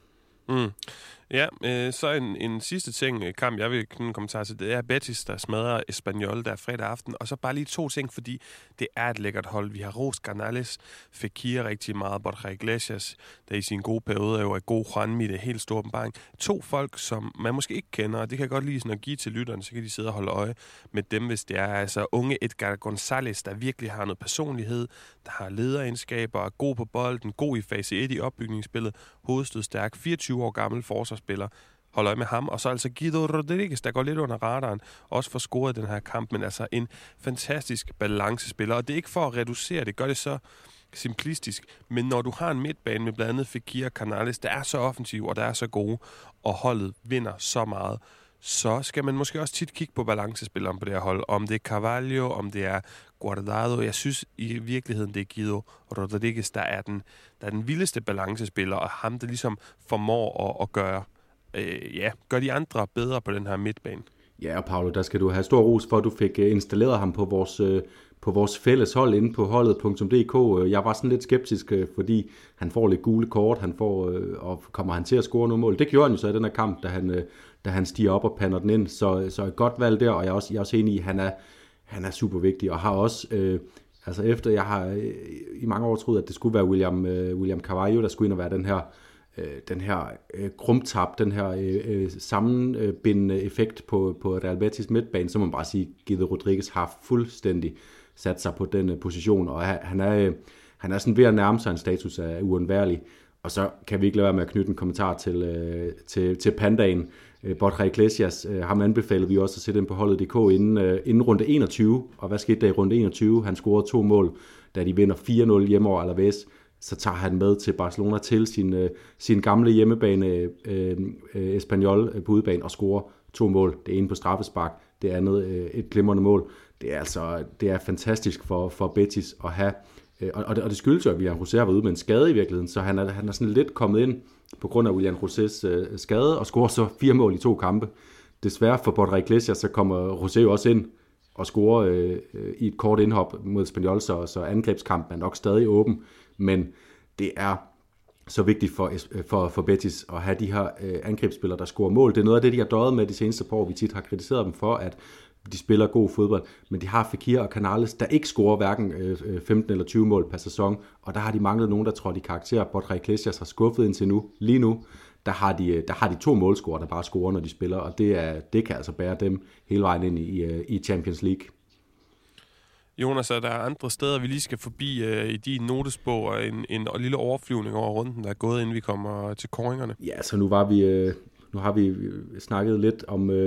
Ja, så en sidste ting, kamp, jeg vil knytte en kommentar til, det er Betis, der smadrer Espanyol der fredag aften. Og så bare lige 2 ting, fordi det er et lækkert hold. Vi har rost Canales, Fekir rigtig meget, Borja Iglesias, der i sin gode periode jo er god. Juanmi, det er helt stor åbenbaring. 2 folk, som man måske ikke kender, og det kan godt lige sådan at give til lytterne, så kan de sidde og holde øje med dem, hvis det er. Altså unge Edgar González, der virkelig har noget personlighed, der har lederegenskaber, er god på bolden, god i fase 1 i opbygningsspillet, hovedstødstærk, 24 år gammel forsvarsspiller. Hold øje med ham. Og så altså Guido Rodriguez, der går lidt under radaren, også for scoret den her kamp, men altså en fantastisk balancespiller. Og det er ikke for at reducere det, gør det så simplistisk, men når du har en midtbane med blandt andet Fekir og Canales, der er så offensiv, og der er så gode, og holdet vinder så meget, så skal man måske også tit kigge på balancespilleren på det her hold. Om det er Carvalho, om det er Guardado. Jeg synes i virkeligheden, det er Guido Rodriguez, der er den vildeste balancespiller, og ham, der ligesom formår at gøre de andre bedre på den her midtbane. Ja, og Paolo, der skal du have stor ros for, at du fik installeret ham på vores fælles hold inde på holdet.dk. Jeg var sådan lidt skeptisk, fordi han får lidt gule kort, og kommer han til at score nogle mål. Det gjorde han jo så i den her kamp, da han stiger op og pander den ind. Så et godt valg der, og jeg er også enig i, at han er super vigtig, og har også, efter jeg har i mange år troet, at det skulle være William Carvalho, der skulle ind og være den her krumtap, den her sammenbindende effekt på Real Betis midtbane, så må man bare sige, at Guido Rodriguez har fuldstændig sat sig på den position, og han er sådan ved at nærme sig en status af uundværlig. Og så kan vi ikke lade være med at knytte en kommentar til Pandaen. Borja Iglesias, ham anbefalede vi også at sætte ind på holdet.dk inden runde 21. Og hvad skete der i runde 21? Han scorede 2 mål, da de vinder 4-0 hjemme over Alaves. Så tager han med til Barcelona til sin gamle hjemmebane Espanyol på udebane og scorer 2 mål. Det ene på straffespark, det andet et glimrende mål. Det er fantastisk for Betis at have. Og det skyldes jo, at Willian José har været ude med en skade i virkeligheden, så han er sådan lidt kommet ind på grund af Willian Josés skade, og scorer så 4 mål i 2 kampe. Desværre for Borja Iglesias, så kommer José jo også ind og scorer i et kort indhop mod Espanyol, så angrebskampen er nok stadig åben, men det er så vigtigt for Betis at have de her angrebsspillere, der scorer mål. Det er noget af det, de har døjet med de seneste par år. Vi tit har kritiseret dem for, at de spiller god fodbold, men de har Fekir og Canales, der ikke scorer hverken 15 eller 20 mål per sæson, og der har de manglet nogen, der trådte i karakter. Borja Iglesias har skuffet indtil nu. Lige nu, der har de 2 målscorer, der bare scorer, når de spiller, og det kan altså bære dem hele vejen ind i Champions League. Jonas, er der andre steder, vi lige skal forbi i din notesbog, og en lille overflyvning over runden, der er gået, inden vi kommer til kåringerne? Ja, så nu har vi snakket lidt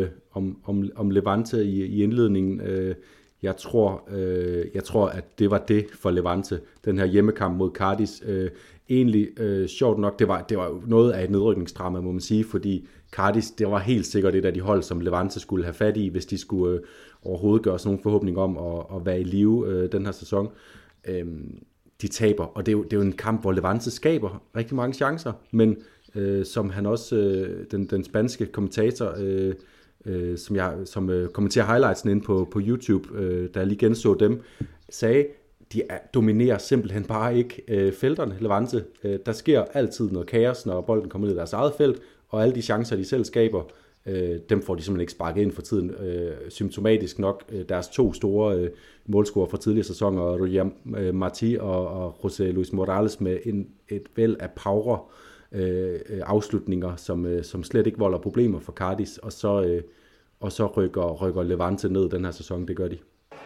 om Levante i indledningen. Jeg tror, at det var det for Levante, den her hjemmekamp mod Cardis. Egentlig sjovt nok, det var jo noget af et nedrykningsdrama, må man sige, fordi Cardis, det var helt sikkert et af de hold, som Levante skulle have fat i, hvis de skulle overhovedet gøre sig nogen forhåbning om at være i live den her sæson. De taber, og det er jo en kamp, hvor Levante skaber rigtig mange chancer, men som han også, den spanske kommentator, som kommenterer highlightsen inde på YouTube, der lige genså dem, sagde, de dominerer simpelthen bare ikke felterne, Levante. Der sker altid noget kaos, når bolden kommer ned i deres eget felt, og alle de chancer, de selv skaber, dem får de simpelthen ikke sparket ind for tiden. Symptomatisk nok deres 2 store målscorer fra tidligere sæsoner, Roger Martí og José Luis Morales, med et væld af power afslutninger, som slet ikke volder problemer for Cardis, og så rykker Levante ned den her sæson, det gør de.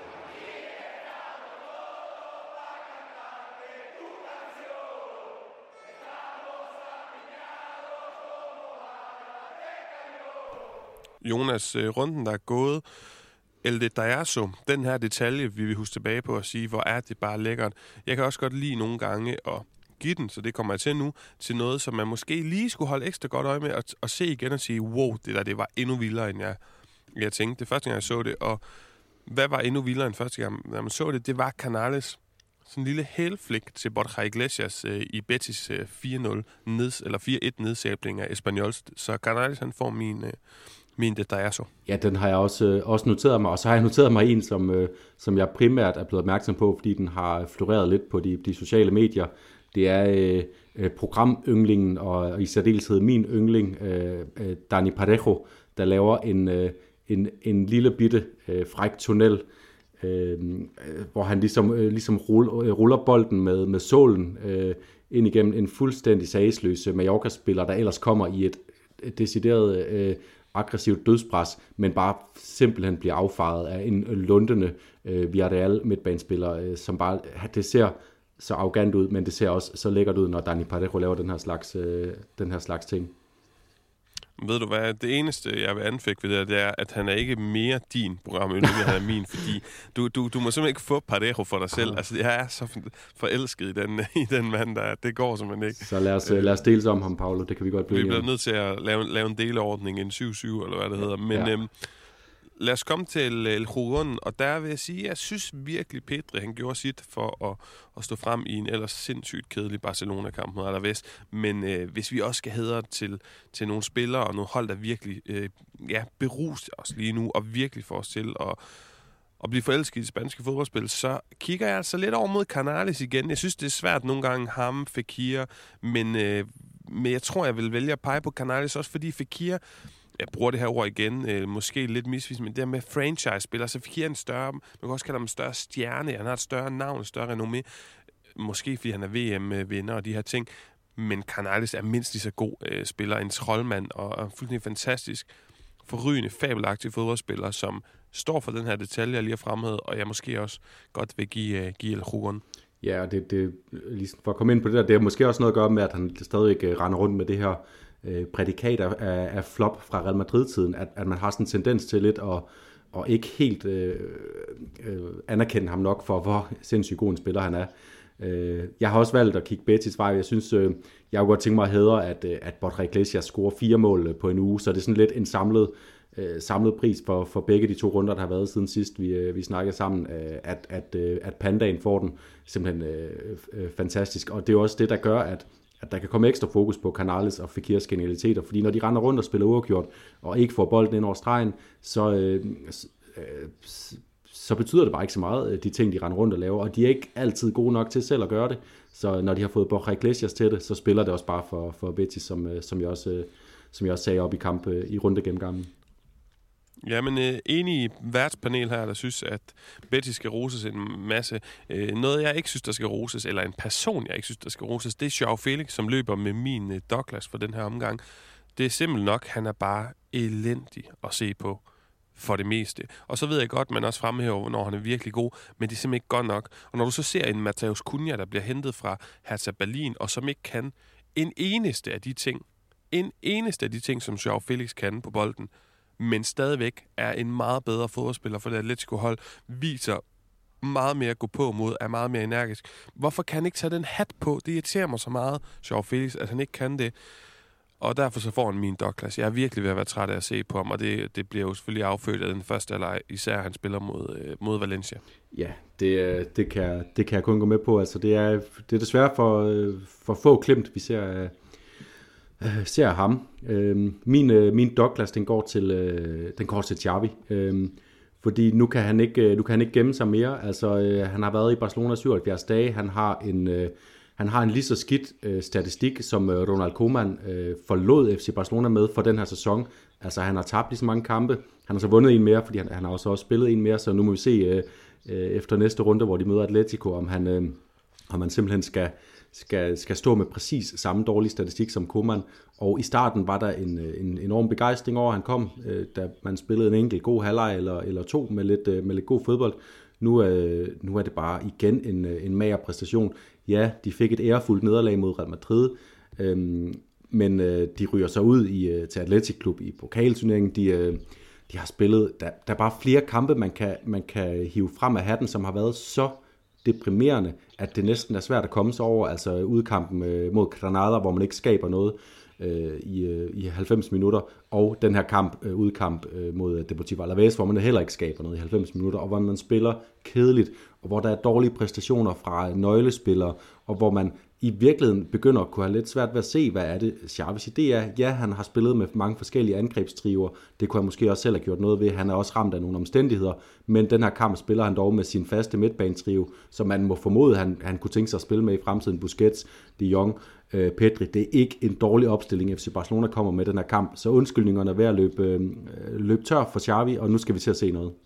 Jonas, runden der er gået, El Detallazo, den her detalje, vi vil huske tilbage på og sige, hvor er det bare lækkert. Jeg kan også godt lide nogle gange at give den, så det kommer jeg til nu, til noget, som man måske lige skulle holde ekstra godt øje med og se igen og sige, wow, det var endnu vildere, end jeg tænkte. Det første gang, jeg så det, og hvad var endnu vildere end første gang, når man så det, det var Canales. Sådan en lille hælflik til Borja Iglesias i Betis 4-1 nedsabling af Espanyol. Så Canales, han får min Detallazo. Ja, den har jeg også noteret mig, og så har jeg noteret mig en, som jeg primært er blevet opmærksom på, fordi den har floreret lidt på de sociale medier. Det er programynglingen, og i særdeleshed min yndling, Dani Parejo, der laver en lille bitte fræk tunnel, hvor han ligesom ruller bolden med sålen ind igennem en fuldstændig sagesløs Mallorca-spiller, der ellers kommer i et decideret aggressivt dødspres, men bare simpelthen bliver affejet af en lundende Villarreal midtbanespiller, som bare, det ser så arrogant ud, men det ser også så lækkert ud, når Dani Parejo laver den her slags ting. Ved du hvad, det eneste, jeg vil anfægte ved det er, at han er ikke mere din programyndling, end han er min, fordi du må simpelthen ikke få Parejo for dig selv. Altså, jeg er så forelsket i den mand, der det går simpelthen ikke. Så lad os dele om ham, Paolo, det kan vi godt blive. Vi bliver nødt til at lave en deleordning, en 7-7, eller hvad det hedder. Men lad os komme til El Jurón, og der vil jeg sige, at jeg synes virkelig, Pedri, han gjorde sit for at stå frem i en ellers sindssygt kedelig Barcelona-kamp mod Alaves. Men hvis vi også skal hædre til nogle spillere og nogle hold, der virkelig beruser os lige nu, og virkelig får os til at blive forelsket i det spanske fodboldspil, så kigger jeg altså lidt over mod Canales igen. Jeg synes, det er svært nogle gange ham, Fekir, men jeg tror, jeg vil vælge at pege på Canales også, fordi Fekir, jeg bruger det her ord igen, måske lidt misvisende, men det med franchise-spiller, så Fekir en større, man kan også kalde ham en større stjerne, han har et større navn, et større renommé, måske fordi han er VM-vinder og de her ting, men Canales er mindst lige så god spiller, en troldmand og fuldstændig fantastisk, forrygende, fabelagtig fodboldspiller, som står for den her detalje, jeg lige har fremhævet, og jeg måske også godt vil give El Jurón. Ja, og det ligesom for at komme ind på det der, det er måske også noget at gøre med, at han stadig render rundt med det her prædikat af flop fra Real Madrid-tiden, at man har sådan en tendens til lidt og ikke helt anerkende ham nok for, hvor sindssygt god en spiller han er. Jeg har også valgt at kigge Betis vej. Jeg synes, jeg kunne godt tænke mig at hædre, at Borja Iglesias scorer 4 mål på en uge, så det er sådan lidt en samlet pris for begge de 2 runder, der har været siden sidst, vi snakkede sammen, at Pandaen får den simpelthen fantastisk. Og det er også det, der gør, at der kan komme ekstra fokus på Canales og Fekirs genialiteter, fordi når de render rundt og spiller uafgjort, og ikke får bolden ind over stregen, så betyder det bare ikke så meget, de ting, de render rundt og laver, og de er ikke altid gode nok til selv at gøre det. Så når de har fået Borja Iglesias til det, så spiller det også bare for Betis, som jeg også sagde op i kamp i rundegennemgangen. Ja, men enig i værtspanel her, der synes, at Betis skal roses en masse. Noget, jeg ikke synes, der skal roses, eller en person, jeg ikke synes, der skal roses, det er João Felix, som løber med min Douglas for den her omgang. Det er simpelthen nok, han er bare elendig at se på for det meste. Og så ved jeg godt, man også fremhæver, når han er virkelig god, men det er simpelthen ikke godt nok. Og når du så ser en Matheus Cunha, der bliver hentet fra Hertha Berlin, og som ikke kan en eneste af de ting, som João Felix kan på bolden, men stadigvæk er en meget bedre fodboldspiller for det Atletico-hold, viser meget mere at gå på mod, er meget mere energisk. Hvorfor kan han ikke tage den hat på? Det irriterer mig så meget, João Felix, at han ikke kan det. Og derfor så får han min Douglas. Jeg er virkelig ved at være træt af at se på ham, og det bliver jo selvfølgelig affødt af den første alder, især han spiller mod Valencia. Ja, det kan jeg kun gå med på. Altså, det er desværre for få klemt, vi ser ham. Min Douglas, den går til Xavi. Fordi nu kan han ikke gemme sig mere. Altså, han har været i Barcelona 77 dage. Han har en lige så skidt statistik, som Ronald Koeman forlod FC Barcelona med for den her sæson. Altså, han har tabt lige så mange kampe. Han har så vundet en mere, fordi han har også spillet en mere. Så nu må vi se efter næste runde, hvor de møder Atletico, om han simpelthen skal stå med præcis samme dårlige statistik som Koeman. Og i starten var der en enorm begejstring over, at han kom, da man spillede en enkelt god halvleg eller 2 med lidt god fodbold. Nu er det bare igen en mager præstation. Ja, de fik et ærefuldt nederlag mod Real Madrid, men de ryger så ud til Athletic Klub i pokalturneringen. De har spillet, der er bare flere kampe, man kan hive frem af hatten, som har været så deprimerende, at det næsten er svært at komme sig over. Altså udkampen mod Granada, hvor man ikke skaber noget i 90 minutter, og den her udkamp mod Deportivo Alaves, hvor man heller ikke skaber noget i 90 minutter, og hvor man spiller kedeligt, og hvor der er dårlige præstationer fra nøglespillere, og hvor man i virkeligheden begynder at kunne have lidt svært ved at se, hvad er det Xavis idé er. Ja, han har spillet med mange forskellige angrebstriver, det kunne han måske også selv have gjort noget ved, han er også ramt af nogle omstændigheder, men den her kamp spiller han dog med sin faste midtbanetrio, som man må formode, han kunne tænke sig at spille med i fremtiden. Busquets, De Jong, Pedri. Det er ikke en dårlig opstilling, FC Barcelona kommer med den her kamp, så undskyldningerne er ved at løbe tør for Xavi, og nu skal vi til at se noget.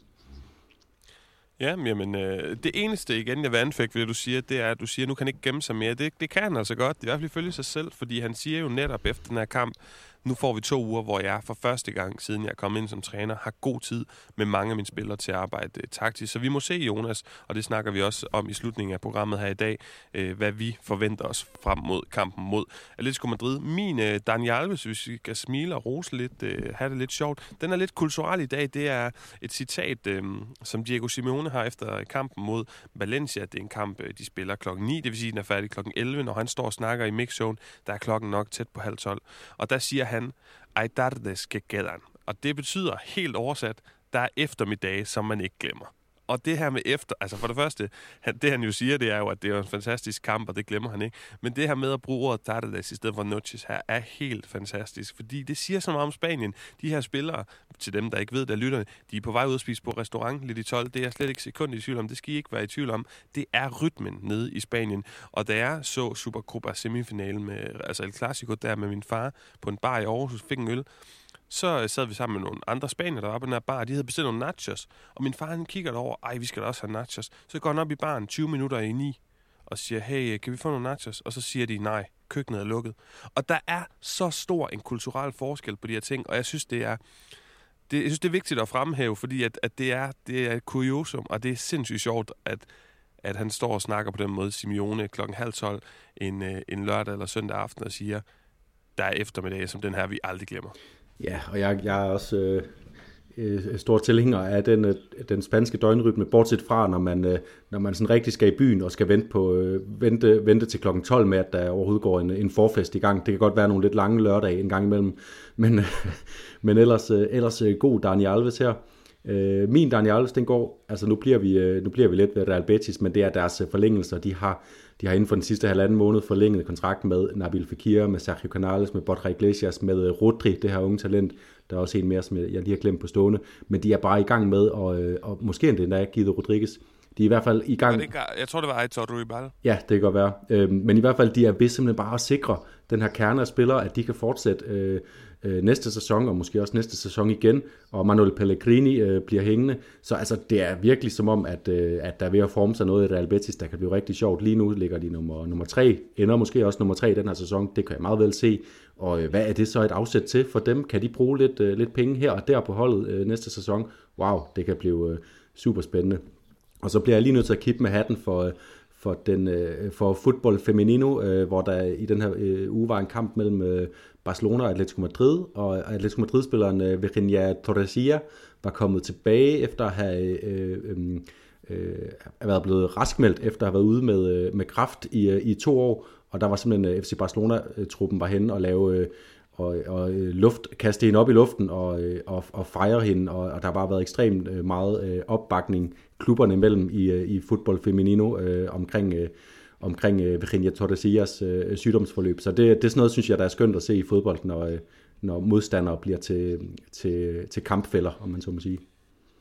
Ja, men det eneste igen, jeg vil anfægte ved det, du siger, det er, at du siger, at nu kan han ikke gemme sig mere. Det kan han altså godt. Det er i hvert fald ifølge sig selv, fordi han siger jo netop efter den her kamp, nu får vi 2 uger, hvor jeg for første gang, siden jeg kom ind som træner, har god tid med mange af mine spillere til at arbejde taktisk. Så vi må se, Jonas, og det snakker vi også om i slutningen af programmet her i dag, hvad vi forventer os frem mod kampen mod Atletico Madrid. Min Dani Alves, hvis vi kan smile og rose lidt, have det lidt sjovt, den er lidt kulturel i dag. Det er et citat, som Diego Simeone har efter kampen mod Valencia. Det er en kamp, de spiller klokken 9, det vil sige, den er færdig klokken 11, når han står og snakker i mixzone. Der er klokken nok tæt på 11:30. Og der siger han, "Hay tardes que quedan." Og det betyder helt oversat, der er eftermiddage, som man ikke glemmer. Og det her med efter, altså for det første, det han jo siger, det er jo, at det er en fantastisk kamp, og det glemmer han ikke. Men det her med at bruge ordet tardes i stedet for noches her, er helt fantastisk, fordi det siger så meget om Spanien. De her spillere, til dem, der ikke ved, der lytter, de er på vej ud at spise på restaurant lidt i 12. Det er jeg slet ikke sekund i tvivl om. Det skal I ikke være i tvivl om. Det er rytmen nede i Spanien. Og da jeg så Supercopa semifinalen med, altså El Clasico der med min far på en bar i Aarhus, fik en øl, så sad vi sammen med nogle andre spanier, der var på den her bar, de havde bestilt nogle nachos, og min far han kigger derover, vi skal da også have nachos. Så går han op i baren 20 minutter i 9, og siger, hey, kan vi få nogle nachos? Og så siger de, nej, køkkenet er lukket. Og der er så stor en kulturel forskel på de her ting, og jeg synes, det er vigtigt at fremhæve, fordi at det er et kuriosum, og det er sindssygt sjovt, at han står og snakker på den måde Simeone klokken 11:30 en lørdag eller søndag aften og siger, der er eftermiddag som den her, vi aldrig glemmer. Ja, og jeg er også stor tilhænger af den spanske døgnrytme, bortset fra, når man sådan rigtig skal i byen og skal vente til klokken 12 med, at der overhovedet går en forfest i gang. Det kan godt være nogle lidt lange lørdage en gang imellem, men ellers god Dani Alves her. Min Dani Alves, den går, altså nu bliver vi lidt ved Real Betis, men det er deres forlængelser. De har inden for den sidste halvanden måned forlænget kontrakt med Nabil Fekir, med Sergio Canales, med Borja Iglesias, med Rodri, det her unge talent. Der er også en mere, som jeg lige har glemt på stående. Men de er bare i gang med, og måske endda Guido Rodriguez. De er i hvert fald i gang. Jeg tror, det var Aitor Ruibal. Ja, det kan godt være. Men i hvert fald, de er ved simpelthen bare at sikre den her kerne af spillere, at de kan fortsætte næste sæson, og måske også næste sæson igen, og Manuel Pellegrini bliver hængende. Så altså, det er virkelig som om, at der er ved at forme sig noget i Real Betis, der kan blive rigtig sjovt. Lige nu ligger de nummer 3, ender måske også nummer 3 i den her sæson. Det kan jeg meget vel se. Og hvad er det så et afsæt til for dem? Kan de bruge lidt penge her og der på holdet næste sæson? Wow, det kan blive super spændende. Og så bliver jeg lige nødt til at kippe med hatten for Fútbol Femenino, hvor der i den her uge var en kamp mellem Barcelona og Atletico Madrid, og Atletico Madrid-spilleren Virginia Torresilla var kommet tilbage efter at have været blevet raskmeldt, efter at have været ude med kræft i 2 år, og der var simpelthen FC Barcelona-truppen var henne og lave og kaste hende op i luften og fejre hende, og der har bare været ekstremt meget opbakning klubberne imellem i Fútbol Femenino omkring Virginia Torresillas sygdomsforløb. Så det er sådan noget, synes jeg, der er skønt at se i fodbold, når modstandere bliver til kampfælder, om man så må sige.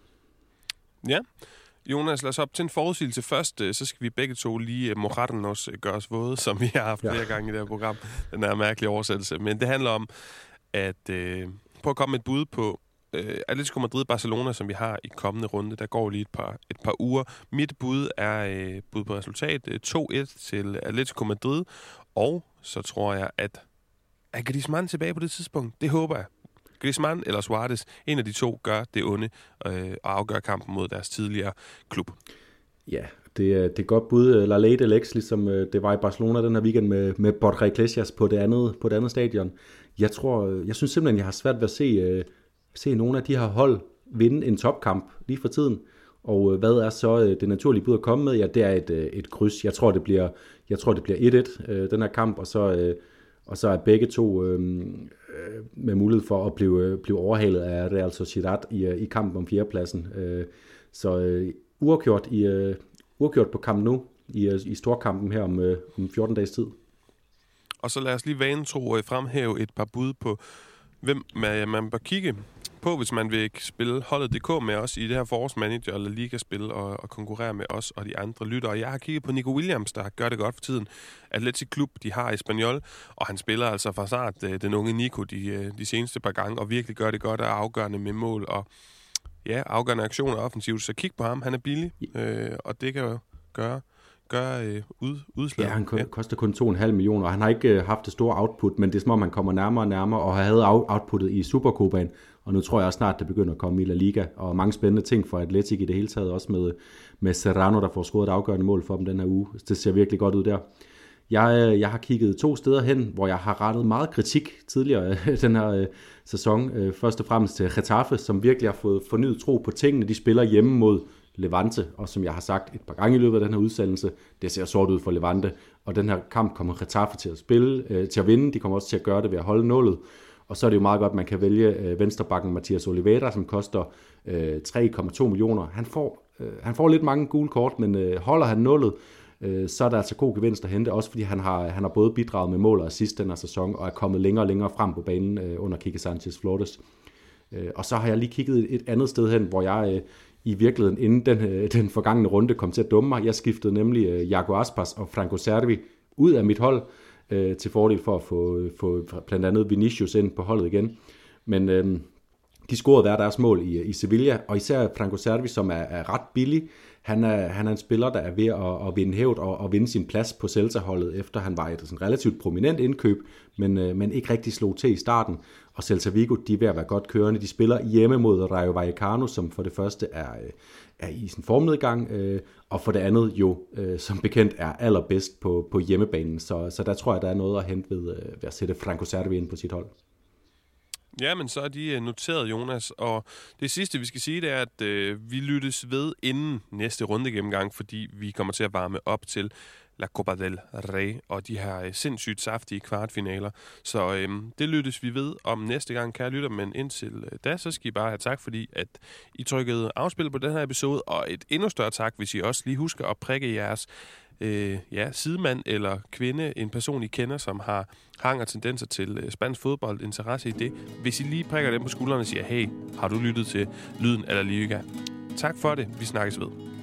Ja. Jonas, lad os op til en forudsigelse først. Så skal vi begge to lige Mojarnos gøre os våde, som vi har haft flere gange i det her program. Den er mærkelig oversættelse. Men det handler om at prøve at komme med et bud på Atletico Madrid-Barcelona, som vi har i kommende runde. Der går lige et par uger. Mit bud er bud på resultat 2-1 til Atletico Madrid. Og så tror jeg, at er Griezmann tilbage på det tidspunkt? Det håber jeg. Griezmann eller Suarez, en af de to gør det onde og afgør kampen mod deres tidligere klub. Ja, det er godt bud. La Ley de Lex, ligesom det var i Barcelona den her weekend med Borja Iglesias på det andet stadion. Jeg synes simpelthen, jeg har svært ved at se nogle af de her hold vinde en topkamp lige for tiden. Og hvad er så det naturlige bud at komme med? Ja, det er et kryds. Jeg tror, det bliver 1-1, den her kamp, og så er begge to med mulighed for at blive overhalet af Real Sociedad i kampen om fjerdepladsen. Så uafgjort på Camp Nou i storkampen her om 14 dages tid. Og så lad os lige vanetro fremhæve et par bud på, hvem man bør kigge på, hvis man vil spille holdet.dk med os i det her forårsmanager eller ligaspil og konkurrere med os og de andre lyttere. Jeg har kigget på Nico Williams, der gør det godt for tiden. Atletic Klub, de har Espanyol, og han spiller altså fra start den unge Nico de seneste par gange, og virkelig gør det godt og afgørende med mål og afgørende aktioner offensivt. Så kig på ham, han er billig, og det kan jo gøre udslag. Ja, han koster kun 2,5 millioner, og han har ikke haft det store output, men det er som om, han kommer nærmere og nærmere, og havde outputtet i Supercopaen, og nu tror jeg også snart, det begynder at komme i La Liga, og mange spændende ting for Atletic i det hele taget, også med Serrano, der får scoret et afgørende mål for dem den her uge. Det ser virkelig godt ud der. Jeg har kigget 2 steder hen, hvor jeg har rettet meget kritik tidligere den her sæson. Først og fremmest til Getafe, som virkelig har fået fornyet tro på tingene. De spiller hjemme mod Levante, og som jeg har sagt et par gange i løbet af den her udsendelse, det ser sort ud for Levante, og den her kamp kommer Getafe til at vinde. De kommer også til at gøre det ved at holde nullet. Og så er det jo meget godt, at man kan vælge venstrebacken Mathias Oliveira, som koster 3,2 millioner. Han får lidt mange gule kort, men holder han nullet, så er der altså god gevinst at hente, også fordi han har både bidraget med mål og assist den her sæson, og er kommet længere og længere frem på banen under Quique Sánchez Flores. Og så har jeg lige kigget et andet sted hen, hvor jeg i virkeligheden, inden den forgangne runde kom til at dumme mig, jeg skiftede nemlig Iago Aspas og Franco Cervi ud af mit hold, til fordel for at få blandt andet Vinicius ind på holdet igen. Men De scorede hver deres mål i Sevilla, og især Franco Cervi, som er ret billig. Han er en spiller, der er ved at vinde hævd og vinde sin plads på Celta-holdet, efter han var et sådan relativt prominent indkøb, men ikke rigtig slog til i starten. Og Celta Vigo, de er ved at være godt kørende. De spiller hjemme mod Rayo Vallecano, som for det første er i sin formnedgang, og for det andet jo, som bekendt, er allerbedst på hjemmebanen. Så der tror jeg, der er noget at hente ved at sætte Franco Cervi ind på sit hold. Ja, men så er de noteret, Jonas. Og det sidste, vi skal sige, det er, at vi lyttes ved inden næste runde gennemgang, fordi vi kommer til at varme op til La Copa del Rey og de her sindssygt saftige kvartfinaler. Så det lyttes vi ved om næste gang, kære lytter. Men indtil da, så skal I bare have tak, fordi at I trykkede afspil på den her episode. Og et endnu større tak, hvis I også lige husker at prikke jeres sidemand eller kvinde, en person I kender, som har hang og tendenser til spansk fodbold, interesse i det. Hvis I lige prikker dem på skuldrene og siger, hey, har du lyttet til Lyden af La Liga? Tak for det. Vi snakkes ved.